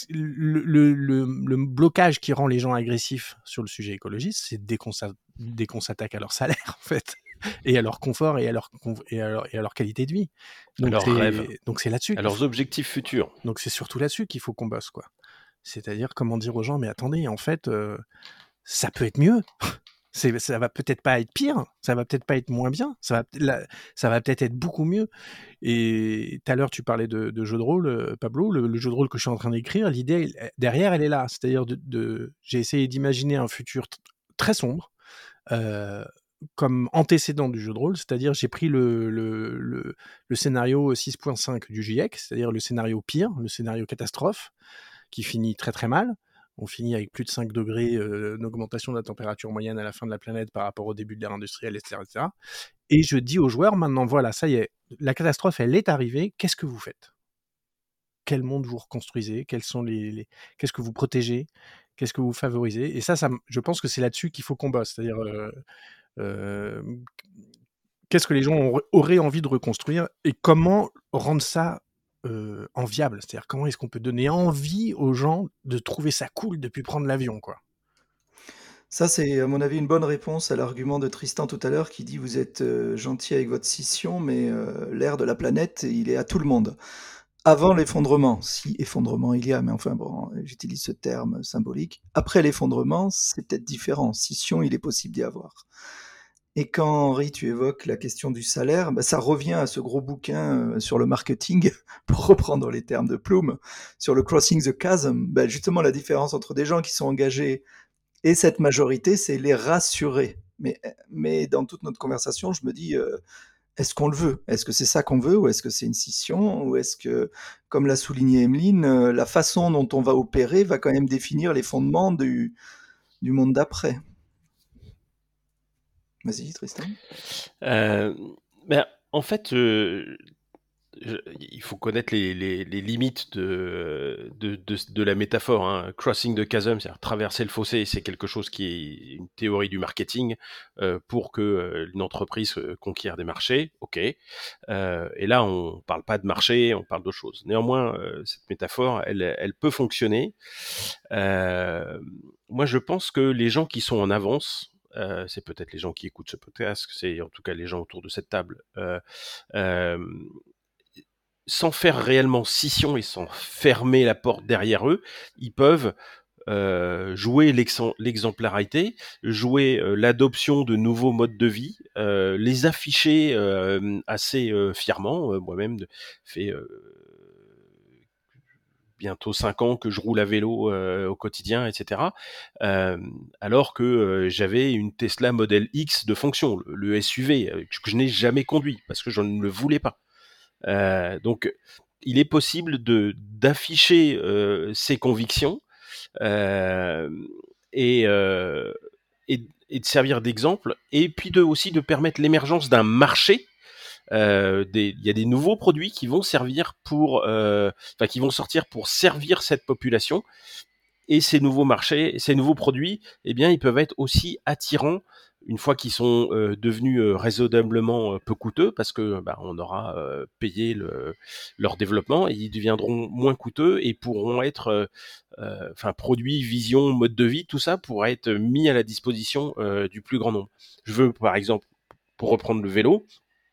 Le blocage qui rend les gens agressifs sur le sujet écologiste, c'est dès qu'on s'attaque à leur salaire, en fait, et à leur confort et à leur qualité de vie. Donc, à leurs rêves. Donc c'est là-dessus. À leurs objectifs futurs. Donc c'est surtout là-dessus qu'il faut qu'on bosse, quoi. C'est-à-dire comment dire aux gens, mais attendez, en fait, ça peut être mieux. Ça va peut-être pas être pire, ça va peut-être pas être moins bien, ça va peut-être être beaucoup mieux. Et tout à l'heure, tu parlais de jeu de rôle, Pablo, le jeu de rôle que je suis en train d'écrire, l'idée derrière, elle est là. C'est-à-dire j'ai essayé d'imaginer un futur très sombre, comme antécédent du jeu de rôle, c'est-à-dire j'ai pris le scénario 6.5 du GIEC, c'est-à-dire le scénario pire, le scénario catastrophe, qui finit très très mal. On finit avec plus de 5 degrés d'augmentation de la température moyenne à la fin de la planète par rapport au début de l'ère industrielle, etc., etc. Et je dis aux joueurs, maintenant, voilà, ça y est, la catastrophe, elle est arrivée, qu'est-ce que vous faites ? Quel monde vous reconstruisez ? Qu'est-ce que vous protégez ? Qu'est-ce que vous favorisez ? Et ça, je pense que c'est là-dessus qu'il faut qu'on bosse. C'est-à-dire, qu'est-ce que les gens auraient envie de reconstruire et comment rendre ça enviable, c'est-à-dire comment est-ce qu'on peut donner envie aux gens de trouver ça cool depuis prendre l'avion, quoi. Ça, c'est à mon avis une bonne réponse à l'argument de Tristan tout à l'heure qui dit vous êtes gentil avec votre scission, mais l'air de la planète, il est à tout le monde. Avant l'effondrement, si effondrement il y a, mais enfin bon, j'utilise ce terme symbolique. Après l'effondrement, c'est peut-être différent. Scission, il est possible d'y avoir. Et quand, Henri, tu évoques la question du salaire, ça revient à ce gros bouquin sur le marketing, pour reprendre les termes de Plume, sur le Crossing the Chasm. Justement, la différence entre des gens qui sont engagés et cette majorité, c'est les rassurer. Mais dans toute notre conversation, je me dis, est-ce qu'on le veut ? Est-ce que c'est ça qu'on veut ? Ou est-ce que c'est une scission ? Ou est-ce que, comme l'a souligné Emeline, la façon dont on va opérer va quand même définir les fondements du monde d'après ? Vas-y, Tristan. En fait, il faut connaître les limites de la métaphore. Hein. Crossing the chasm, c'est-à-dire traverser le fossé, c'est quelque chose qui est une théorie du marketing pour que une entreprise conquiert des marchés. Ok. Et là, on parle pas de marché, on parle d'autre chose. Néanmoins, cette métaphore, elle peut fonctionner. Moi, je pense que les gens qui sont en avance, c'est peut-être les gens qui écoutent ce podcast, c'est en tout cas les gens autour de cette table, sans faire réellement scission et sans fermer la porte derrière eux, ils peuvent jouer l'exemplarité, jouer l'adoption de nouveaux modes de vie, les afficher assez fièrement. Moi-même, fait bientôt 5 ans que je roule à vélo au quotidien, etc. Alors que j'avais une Tesla Model X de fonction, le SUV, que je n'ai jamais conduit parce que je ne le voulais pas. Donc, il est possible d'afficher ses convictions et et de servir d'exemple, et puis aussi de permettre l'émergence d'un marché. Il y a des nouveaux produits qui vont sortir pour servir cette population. Et ces nouveaux marchés, ces nouveaux produits, eh bien, ils peuvent être aussi attirants une fois qu'ils sont devenus raisonnablement peu coûteux, parce que on aura payé leur développement, et ils deviendront moins coûteux et pourront être produits, vision, mode de vie, tout ça pourra être mis à la disposition du plus grand nombre. Je veux, par exemple, pour reprendre le vélo,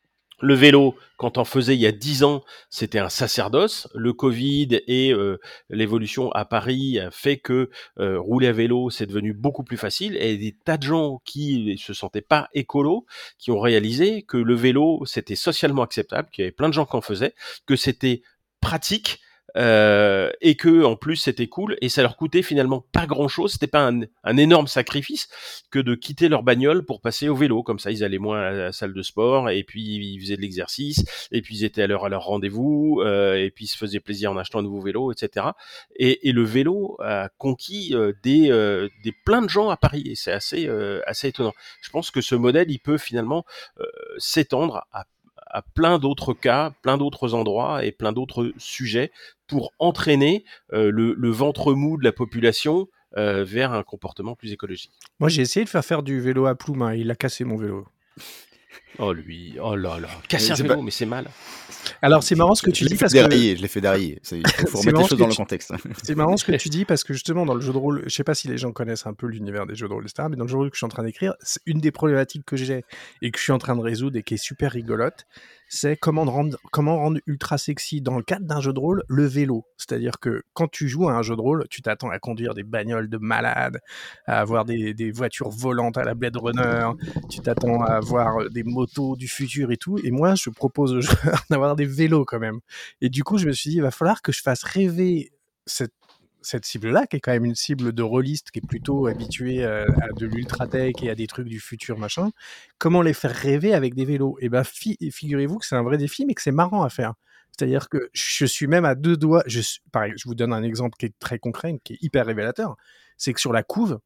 quand on faisait il y a 10 ans, c'était un sacerdoce. Le Covid et l'évolution à Paris a fait que rouler à vélo, c'est devenu beaucoup plus facile. Et des tas de gens qui ne se sentaient pas écolos, qui ont réalisé que le vélo, c'était socialement acceptable, qu'il y avait plein de gens qui en faisaient, que c'était pratique, et que en plus c'était cool, et ça leur coûtait finalement pas grand chose. C'était pas un énorme sacrifice que de quitter leur bagnole pour passer au vélo. Comme ça, ils allaient moins à la salle de sport, et puis ils faisaient de l'exercice, et puis ils étaient à leur rendez-vous, et puis ils se faisaient plaisir en achetant un nouveau vélo, etc. Et le vélo a conquis des plein de gens à Paris, et c'est assez étonnant. Je pense que ce modèle, il peut finalement s'étendre à plein d'autres cas, plein d'autres endroits et plein d'autres sujets pour entraîner le ventre mou de la population vers un comportement plus écologique. Moi, j'ai essayé de faire du vélo à Ploum, il a cassé mon vélo. Oh lui, oh là là, casser un vélo, mais c'est mal. Alors c'est marrant ce que tu dis parce que je l'ai fait derrière. Il faut remettre les choses dans le contexte. C'est marrant ce que tu dis parce que justement dans le jeu de rôle, je sais pas si les gens connaissent un peu l'univers des jeux de rôle, etc. Mais dans le jeu de rôle que je suis en train d'écrire, c'est une des problématiques que j'ai et que je suis en train de résoudre et qui est super rigolote, c'est comment rendre ultra sexy dans le cadre d'un jeu de rôle le vélo. C'est-à-dire que quand tu joues à un jeu de rôle, tu t'attends à conduire des bagnoles de malades, à avoir des voitures volantes à la Blade Runner, tu t'attends à avoir des motos du futur et tout. Et moi, je propose aux joueurs d'avoir des vélos quand même. Et du coup, je me suis dit, il va falloir que je fasse rêver cette cible-là, qui est quand même une cible de rôliste, qui est plutôt habituée à de l'ultra-tech et à des trucs du futur, machin. Comment les faire rêver avec des vélos ? Et figurez-vous que c'est un vrai défi, mais que c'est marrant à faire. C'est-à-dire que je suis même à 2 doigts. Pareil, je vous donne un exemple qui est très concret, qui est hyper révélateur. C'est que sur la couve,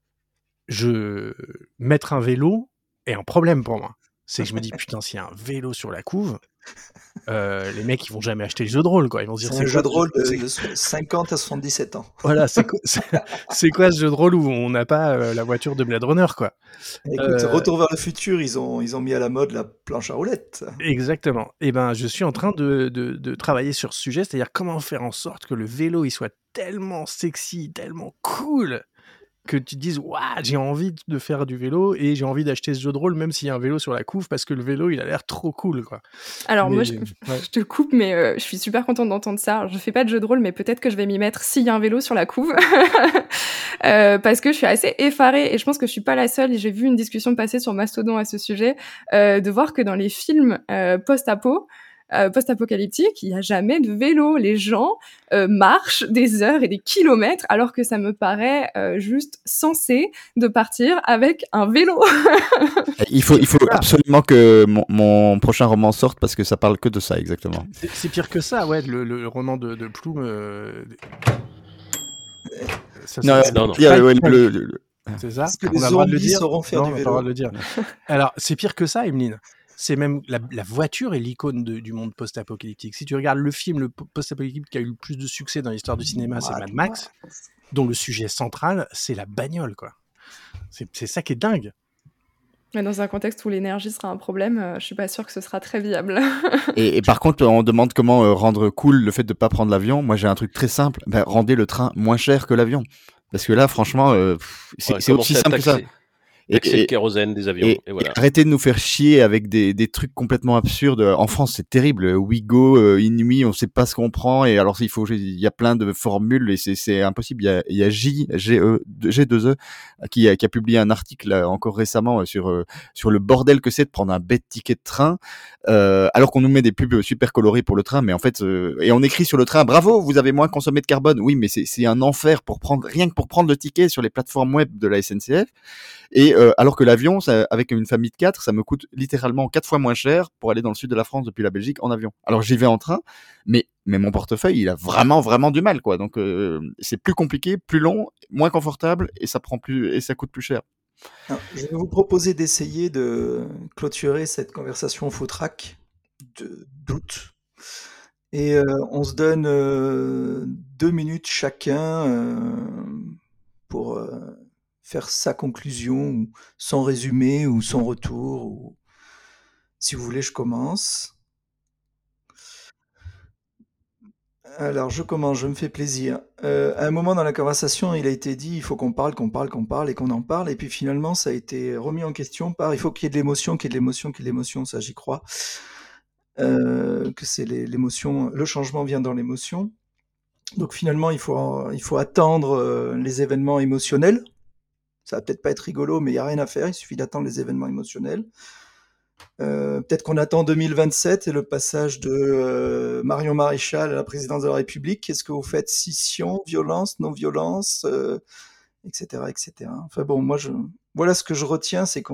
mettre un vélo est un problème pour moi. C'est que je me dis, putain, s'il y a un vélo sur la couve, les mecs, ils vont jamais acheter le jeu de rôle, quoi. Ils vont se dire, c'est un jeu de rôle de 50 à 77 ans. Voilà, c'est quoi ce jeu de rôle où on n'a pas la voiture de Blade Runner, quoi. Écoute, Retour vers le futur, ils ont mis à la mode la planche à roulettes. Exactement. Et je suis en train de travailler sur ce sujet, c'est-à-dire comment faire en sorte que le vélo, il soit tellement sexy, tellement cool, que tu te dises, waouh, j'ai envie de faire du vélo et j'ai envie d'acheter ce jeu de rôle, même s'il y a un vélo sur la couve, parce que le vélo, il a l'air trop cool, quoi. Alors, moi, je te coupe, mais je suis super contente d'entendre ça. Alors, je fais pas de jeu de rôle, mais peut-être que je vais m'y mettre s'il y a un vélo sur la couve. Parce que je suis assez effarée, et je pense que je suis pas la seule, et j'ai vu une discussion passer sur Mastodon à ce sujet, de voir que dans les films post-apocalyptique, il n'y a jamais de vélo. Les gens marchent des heures et des kilomètres, alors que ça me paraît juste sensé de partir avec un vélo. Il faut absolument que mon prochain roman sorte, parce que ça parle que de ça, exactement. C'est pire que ça, ouais, le roman de Ploum. Non. C'est ça. Est-ce que les zombies sauront faire du vélo ? On a le droit de le dire. Alors, c'est pire que ça, Emeline. C'est même la voiture est l'icône du monde post-apocalyptique. Si tu regardes le film post-apocalyptique qui a eu le plus de succès dans l'histoire du cinéma, c'est Mad Max, dont le sujet central, c'est la bagnole, quoi. C'est ça qui est dingue. Mais dans un contexte où l'énergie sera un problème, je suis pas sûre que ce sera très viable. et par contre, on demande comment rendre cool le fait de pas prendre l'avion. Moi, j'ai un truc très simple. Rendez le train moins cher que l'avion. Parce que là, franchement, c'est aussi simple que ça. Taxer le kérosène des avions. Et voilà. Arrêtez de nous faire chier avec des trucs complètement absurdes. En France, c'est terrible. Ouigo, Inuit, on sait pas ce qu'on prend. Et alors, il y a plein de formules et c'est impossible. Il y a G2E qui a publié un article encore récemment sur le bordel que c'est de prendre un bête ticket de train, alors qu'on nous met des pubs super colorées pour le train. Mais en fait, et on écrit sur le train, bravo, vous avez moins consommé de carbone. Oui, mais c'est un enfer rien que pour prendre le ticket sur les plateformes web de la SNCF. Et alors que l'avion, avec une famille de 4, ça me coûte littéralement 4 fois moins cher pour aller dans le sud de la France depuis la Belgique en avion. Alors j'y vais en train, mais mon portefeuille, il a vraiment du mal, quoi. Donc c'est plus compliqué, plus long, moins confortable, et ça coûte plus cher. Alors, je vais vous proposer d'essayer de clôturer cette conversation foutraque d'août. Et on se donne 2 minutes chacun pour faire sa conclusion, ou son résumé, ou son retour. Ou... Si vous voulez, je commence. Alors, je commence, je me fais plaisir. À un moment dans la conversation, il a été dit, il faut qu'on parle, et qu'on en parle. Et puis finalement, ça a été remis en question par, il faut qu'il y ait de l'émotion, ça j'y crois. Que c'est l'émotion, le changement vient dans l'émotion. Donc finalement, il faut attendre les événements émotionnels. Ça va peut-être pas être rigolo, mais il n'y a rien à faire, il suffit d'attendre les événements émotionnels. Peut-être qu'on attend 2027 et le passage de Marion Maréchal à la présidence de la République. Qu'est-ce que vous faites? Scission, violence, non-violence, etc., etc. Enfin bon, voilà ce que je retiens, c'est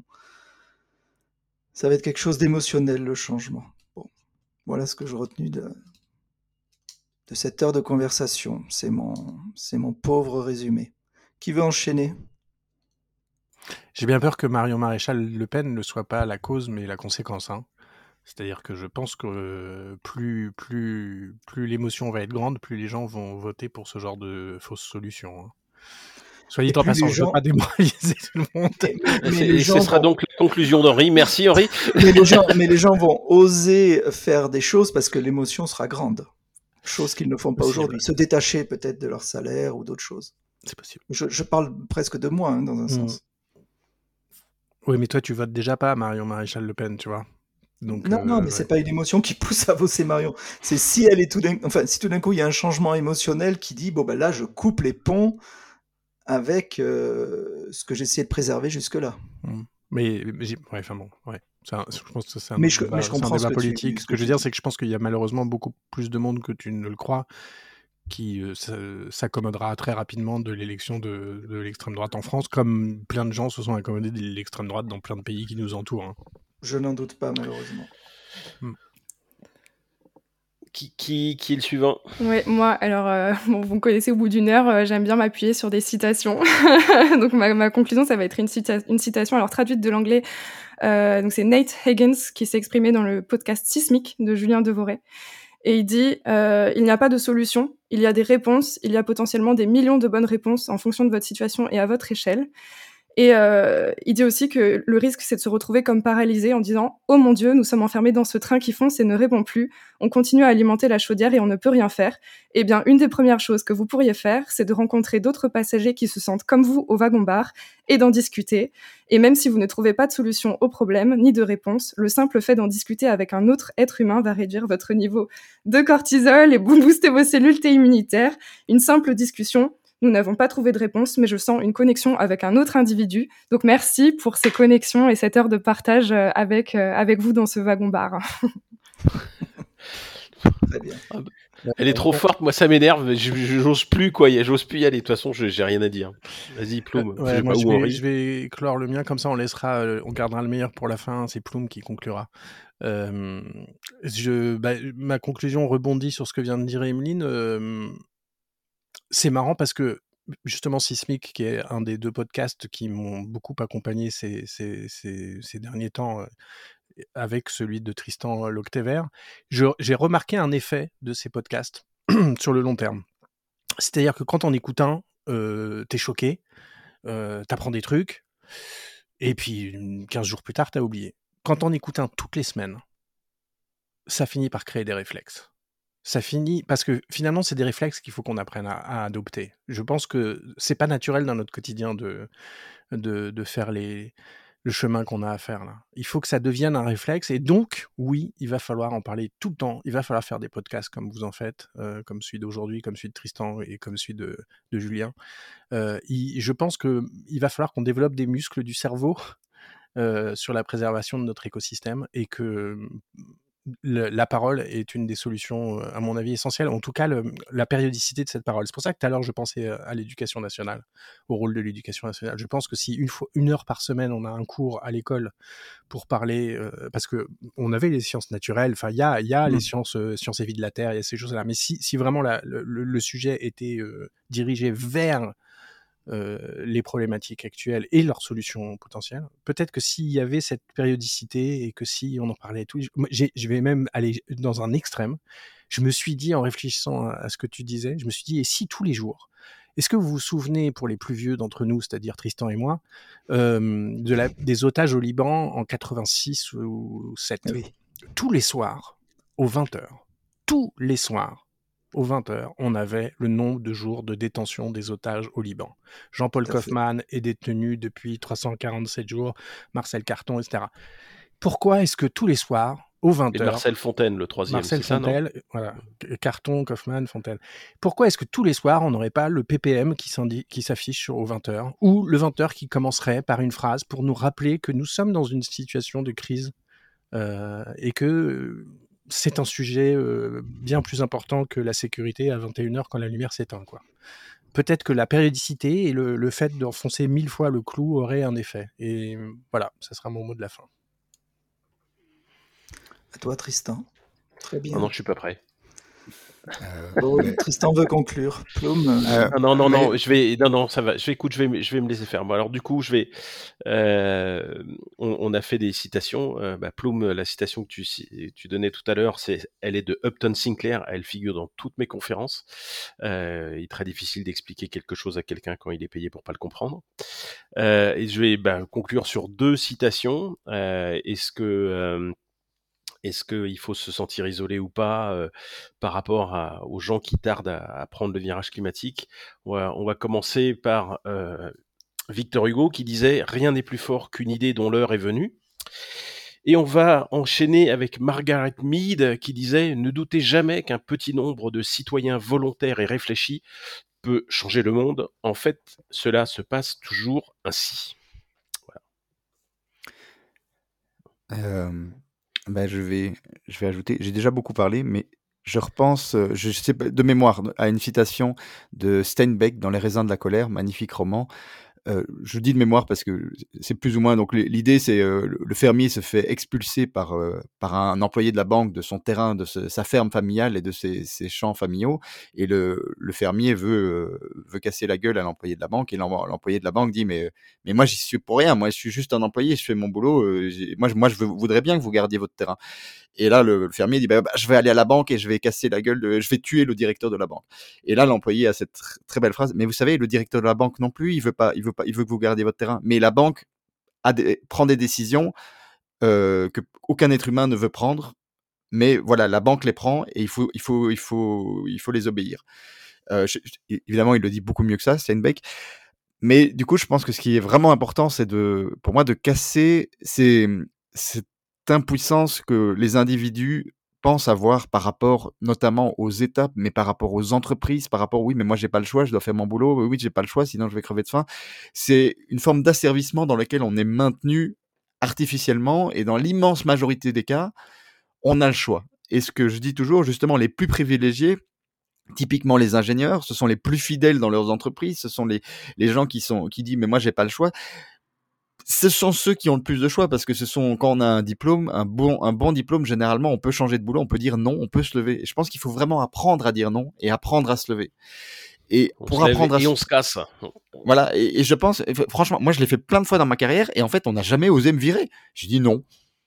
ça va être quelque chose d'émotionnel, le changement. Bon, voilà ce que je retenu de cette heure de conversation. C'est mon pauvre résumé. Qui veut enchaîner? J'ai bien peur que Marion Maréchal Le Pen ne soit pas la cause, mais la conséquence. Hein. C'est-à-dire que je pense que plus l'émotion va être grande, plus les gens vont voter pour ce genre de fausses solutions. Hein. Soyez en passant, je ne veux pas démoraliser tout le monde. Ce sera donc la conclusion d'Henri. Merci Henri. mais les gens vont oser faire des choses parce que l'émotion sera grande. Chose qu'ils ne font pas aujourd'hui. Se détacher peut-être de leur salaire ou d'autres choses. C'est possible. Je parle presque de moi, hein, dans un sens. Oui, mais toi, tu votes déjà pas Marion Maréchal Le Pen, tu vois. Donc, non, mais c'est pas une émotion qui pousse à voter Marion. C'est si elle est si tout d'un coup il y a un changement émotionnel qui dit bon ben là je coupe les ponts avec ce que j'essayais de préserver jusque-là. Mais enfin bon, ouais. Je pense que c'est un débat politique. Ce que je veux dire, c'est que je pense qu'il y a malheureusement beaucoup plus de monde que tu ne le crois qui s'accommodera très rapidement de l'élection de l'extrême droite en France, comme plein de gens se sont accommodés de l'extrême droite dans plein de pays qui nous entourent. Hein. Je n'en doute pas, malheureusement. Qui est le suivant? Oui, moi, alors, vous me connaissez au bout d'une heure, j'aime bien m'appuyer sur des citations. Donc ma conclusion, ça va être une citation, alors traduite de l'anglais. Donc c'est Nate Higgins qui s'est exprimé dans le podcast Sismique de Julien Devoret. Et il dit il n'y a pas de solution, il y a des réponses, il y a potentiellement des millions de bonnes réponses en fonction de votre situation et à votre échelle. Et il dit aussi que le risque, c'est de se retrouver comme paralysé en disant « Oh mon Dieu, nous sommes enfermés dans ce train qui fonce et ne répond plus. On continue à alimenter la chaudière et on ne peut rien faire. » Eh bien, une des premières choses que vous pourriez faire, c'est de rencontrer d'autres passagers qui se sentent comme vous au wagon-bar et d'en discuter. Et même si vous ne trouvez pas de solution au problème, ni de réponse, le simple fait d'en discuter avec un autre être humain va réduire votre niveau de cortisol et booster vos cellules immunitaires. Une simple discussion. Nous n'avons pas trouvé de réponse, mais je sens une connexion avec un autre individu. Donc merci pour ces connexions et cette heure de partage avec vous dans ce wagon-bar. Très bien. Elle est trop forte, moi ça m'énerve, j'ose plus quoi, j'ose plus y aller, de toute façon j'ai rien à dire. Vas-y Ploum, je vais clore le mien, comme ça on gardera le meilleur pour la fin, c'est Ploum qui conclura. Ma conclusion rebondit sur ce que vient de dire Emeline. C'est marrant parce que justement Sismique, qui est un des 2 podcasts qui m'ont beaucoup accompagné ces derniers temps, avec celui de Tristan Loctever, j'ai remarqué un effet de ces podcasts sur le long terme. C'est-à-dire que quand on écoute un, t'es choqué, t'apprends des trucs, et puis 15 jours plus tard, t'as oublié. Quand on écoute un toutes les semaines, ça finit par créer des réflexes. Ça finit parce que finalement c'est des réflexes qu'il faut qu'on apprenne à adopter. Je pense que c'est pas naturel dans notre quotidien de faire le chemin qu'on a à faire là. Il faut que ça devienne un réflexe et donc oui, il va falloir en parler tout le temps. Il va falloir faire des podcasts comme vous en faites, comme celui d'aujourd'hui, comme celui de Tristan et comme celui de Julien. Je pense que il va falloir qu'on développe des muscles du cerveau sur la préservation de notre écosystème et que la parole est une des solutions, à mon avis, essentielles. En tout cas, la périodicité de cette parole. C'est pour ça que tout à l'heure, je pensais à l'éducation nationale, au rôle de l'éducation nationale. Je pense que si une heure par semaine, on a un cours à l'école pour parler, parce qu'on avait les sciences naturelles, enfin, il y a les sciences et vie de la Terre, il y a ces choses-là. Mais si vraiment le sujet était dirigé vers les problématiques actuelles et leurs solutions potentielles. Peut-être que s'il y avait cette périodicité et que si on en parlait tous les jours, je vais même aller dans un extrême. Je me suis dit, en réfléchissant à ce que tu disais, je me suis dit, et si tous les jours? Est-ce que vous vous souvenez, pour les plus vieux d'entre nous, c'est-à-dire Tristan et moi, des otages au Liban en 86 ou 7? Oui. Tous les soirs, aux 20h, tous les soirs, aux 20h, on avait le nombre de jours de détention des otages au Liban. Jean-Paul Kaufmann est détenu depuis 347 jours, Marcel Carton, etc. Pourquoi est-ce que tous les soirs, aux 20h... Et Marcel Fontaine, le troisième, Marcel c'est ça, non? Fontaine, voilà, Carton, Kaufmann, Fontaine. Pourquoi est-ce que tous les soirs, on n'aurait pas le PPM qui s'affiche aux 20h, ou le 20h qui commencerait par une phrase pour nous rappeler que nous sommes dans une situation de crise et que c'est un sujet bien plus important que la sécurité à 21h quand la lumière s'éteint, quoi. Peut-être que la périodicité et le fait d'enfoncer 1000 fois le clou aurait un effet. Et voilà, ça sera mon mot de la fin. À toi, Tristan. Très bien. Non, je suis pas prêt. Tristan veut conclure. Plume. Non, ça va. Écoute, je vais me laisser faire. Bon, alors du coup, on a fait des citations. Plume, la citation que tu donnais tout à l'heure, elle est de Upton Sinclair. Elle figure dans toutes mes conférences. Il est très difficile d'expliquer quelque chose à quelqu'un quand il est payé pour pas le comprendre. Et je vais conclure sur 2 citations. Est-ce qu'il faut se sentir isolé ou pas par rapport aux gens qui tardent à prendre le virage climatique? On va commencer par Victor Hugo qui disait « Rien n'est plus fort qu'une idée dont l'heure est venue ». Et on va enchaîner avec Margaret Mead qui disait « Ne doutez jamais qu'un petit nombre de citoyens volontaires et réfléchis peut changer le monde. En fait, cela se passe toujours ainsi. » Voilà. Je vais ajouter, j'ai déjà beaucoup parlé, mais je repense, je sais pas, de mémoire à une citation de Steinbeck dans Les raisins de la colère, magnifique roman. Je dis de mémoire parce que c'est plus ou moins, donc l'idée c'est le fermier se fait expulser par un employé de la banque de son terrain, de sa ferme familiale et de ses champs familiaux, et le fermier veut casser la gueule à l'employé de la banque, et l'employé de la banque dit mais moi j'y suis pour rien, moi je suis juste un employé, je fais mon boulot, moi je voudrais bien que vous gardiez votre terrain. Et là, le fermier dit je vais aller à la banque et je vais casser la gueule, je vais tuer le directeur de la banque. Et là, l'employé a cette très belle phrase, mais vous savez, le directeur de la banque non plus, il veut que vous gardiez votre terrain. Mais la banque prend des décisions que aucun être humain ne veut prendre. Mais voilà, la banque les prend et il faut les obéir. Évidemment, il le dit beaucoup mieux que ça, Steinbeck. Mais du coup, je pense que ce qui est vraiment important, c'est pour moi de casser cette impuissance que les individus pensent avoir par rapport notamment aux États, mais par rapport aux entreprises, par rapport oui, mais moi j'ai pas le choix, je dois faire mon boulot, oui, j'ai pas le choix, sinon je vais crever de faim. C'est une forme d'asservissement dans laquelle on est maintenu artificiellement, et dans l'immense majorité des cas, on a le choix. Et ce que je dis toujours, justement, les plus privilégiés, typiquement les ingénieurs, ce sont les plus fidèles dans leurs entreprises, ce sont les gens qui disent mais moi j'ai pas le choix. Ce sont ceux qui ont le plus de choix, parce que quand on a un diplôme, un bon diplôme, généralement on peut changer de boulot, on peut dire non, on peut se lever. Et je pense qu'il faut vraiment apprendre à dire non et apprendre à se lever. Et on se casse. Voilà, et je pense, franchement, moi je l'ai fait plein de fois dans ma carrière, et en fait on n'a jamais osé me virer. J'ai dit non,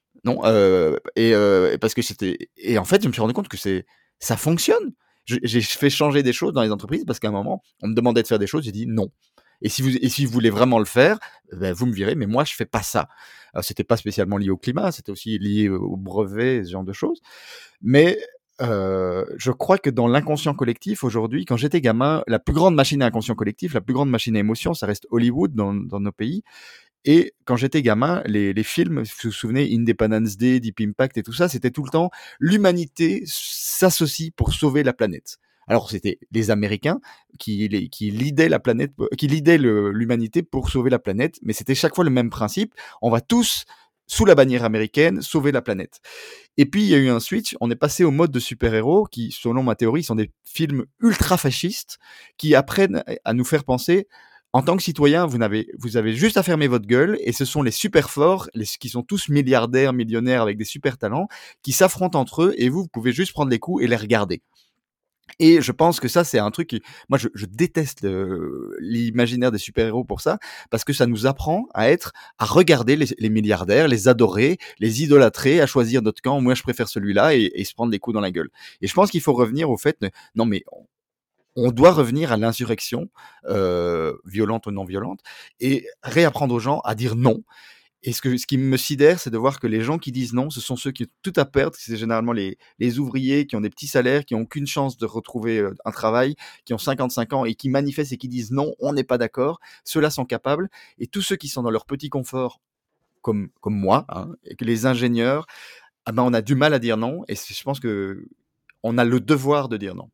parce que et en fait je me suis rendu compte que ça fonctionne. J'ai fait changer des choses dans les entreprises parce qu'à un moment on me demandait de faire des choses, j'ai dit non. Et si vous voulez vraiment le faire, vous me virez, mais moi je fais pas ça. Alors, c'était pas spécialement lié au climat, c'était aussi lié au brevet, ce genre de choses. Mais je crois que dans l'inconscient collectif aujourd'hui, quand j'étais gamin, la plus grande machine à inconscient collectif, la plus grande machine à émotion, ça reste Hollywood dans nos pays. Et quand j'étais gamin, les films, si vous vous souvenez, Independence Day, Deep Impact et tout ça, c'était tout le temps l'humanité s'associe pour sauver la planète. Alors c'était les Américains qui leadaient la planète, qui leadaient l'humanité pour sauver la planète, mais c'était chaque fois le même principe. On va tous, sous la bannière américaine, sauver la planète. Et puis il y a eu un switch, on est passé au mode de super-héros qui, selon ma théorie, sont des films ultra-fascistes qui apprennent à nous faire penser: en tant que citoyen, vous avez juste à fermer votre gueule, et ce sont les super forts, qui sont tous milliardaires, millionnaires avec des super talents, qui s'affrontent entre eux, et vous pouvez juste prendre les coups et les regarder. Et je pense que ça, c'est un truc qui... Moi, je déteste l'imaginaire des super-héros pour ça, parce que ça nous apprend à regarder les milliardaires, les adorer, les idolâtrer, à choisir notre camp. Moi, je préfère celui-là et se prendre les coups dans la gueule. Et je pense qu'il faut revenir au fait... Non, mais on doit revenir à l'insurrection, violente ou non violente, et réapprendre aux gens à dire non. Et ce qui me sidère, c'est de voir que les gens qui disent non, ce sont ceux qui ont tout à perdre. C'est généralement les ouvriers qui ont des petits salaires, qui n'ont aucune chance de retrouver un travail, qui ont 55 ans et qui manifestent et qui disent non, on n'est pas d'accord. Ceux-là sont capables. Et tous ceux qui sont dans leur petit confort, comme moi, hein, et que les ingénieurs, on a du mal à dire non. Et je pense que on a le devoir de dire non.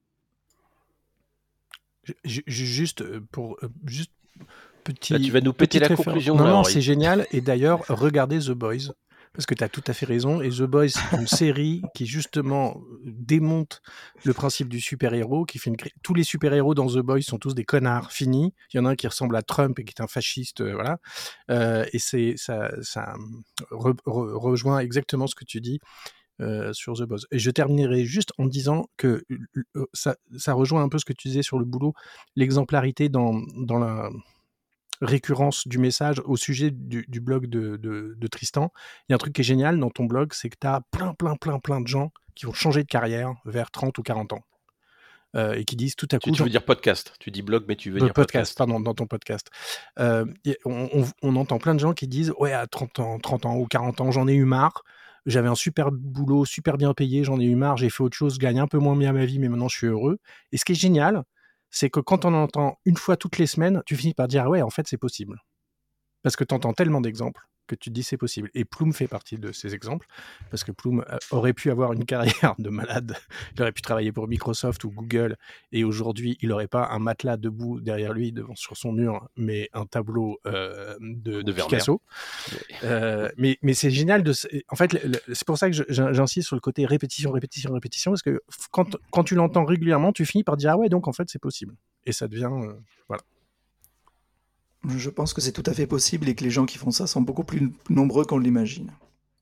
Juste petit. Là, tu vas nous péter la conclusion. Non, c'est génial. Et d'ailleurs, regardez The Boys. Parce que tu as tout à fait raison. Et The Boys, c'est une série qui, justement, démonte le principe du super-héros. Tous les super-héros dans The Boys sont tous des connards finis. Il y en a un qui ressemble à Trump et qui est un fasciste. Voilà. Et ça rejoint exactement ce que tu dis sur The Boys. Et je terminerai juste en disant que ça rejoint un peu ce que tu disais sur le boulot, l'exemplarité dans la récurrence du message au sujet du blog de Tristan. Il y a un truc qui est génial dans ton blog, c'est que tu as plein de gens qui vont changer de carrière vers 30 ou 40 ans. Et qui disent tout à coup... Tu veux dire podcast. Tu dis blog, mais tu veux dire podcast. Pardon, dans ton podcast. On entend plein de gens qui disent « Ouais, à 30 ans ou 40 ans, j'en ai eu marre. J'avais un super boulot, super bien payé, j'en ai eu marre, j'ai fait autre chose, je gagne un peu moins bien ma vie, mais maintenant je suis heureux. » Et ce qui est génial, c'est que quand on entend une fois toutes les semaines, tu finis par dire « Ouais, en fait, c'est possible. » Parce que tu entends tellement d'exemples que tu te dis c'est possible. Et Plume fait partie de ces exemples, parce que Plume aurait pu avoir une carrière de malade. Il aurait pu travailler pour Microsoft ou Google, et aujourd'hui, il n'aurait pas un matelas debout derrière lui, sur son mur, mais un tableau de Picasso. Mais c'est génial. En fait, c'est pour ça que j'insiste sur le côté répétition, parce que quand tu l'entends régulièrement, tu finis par dire « Ah ouais, donc en fait, c'est possible. » Et ça devient... voilà. Je pense que c'est tout à fait possible et que les gens qui font ça sont beaucoup plus nombreux qu'on l'imagine.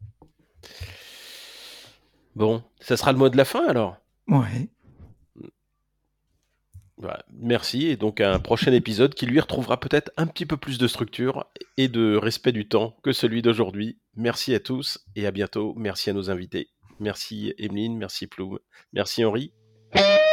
Bon, ça sera le mot de la fin alors. Ouais. Voilà, merci, et donc un prochain épisode qui lui retrouvera peut-être un petit peu plus de structure et de respect du temps que celui d'aujourd'hui. Merci à tous et à bientôt. Merci à nos invités. Merci Emeline, merci Plume, merci Henri.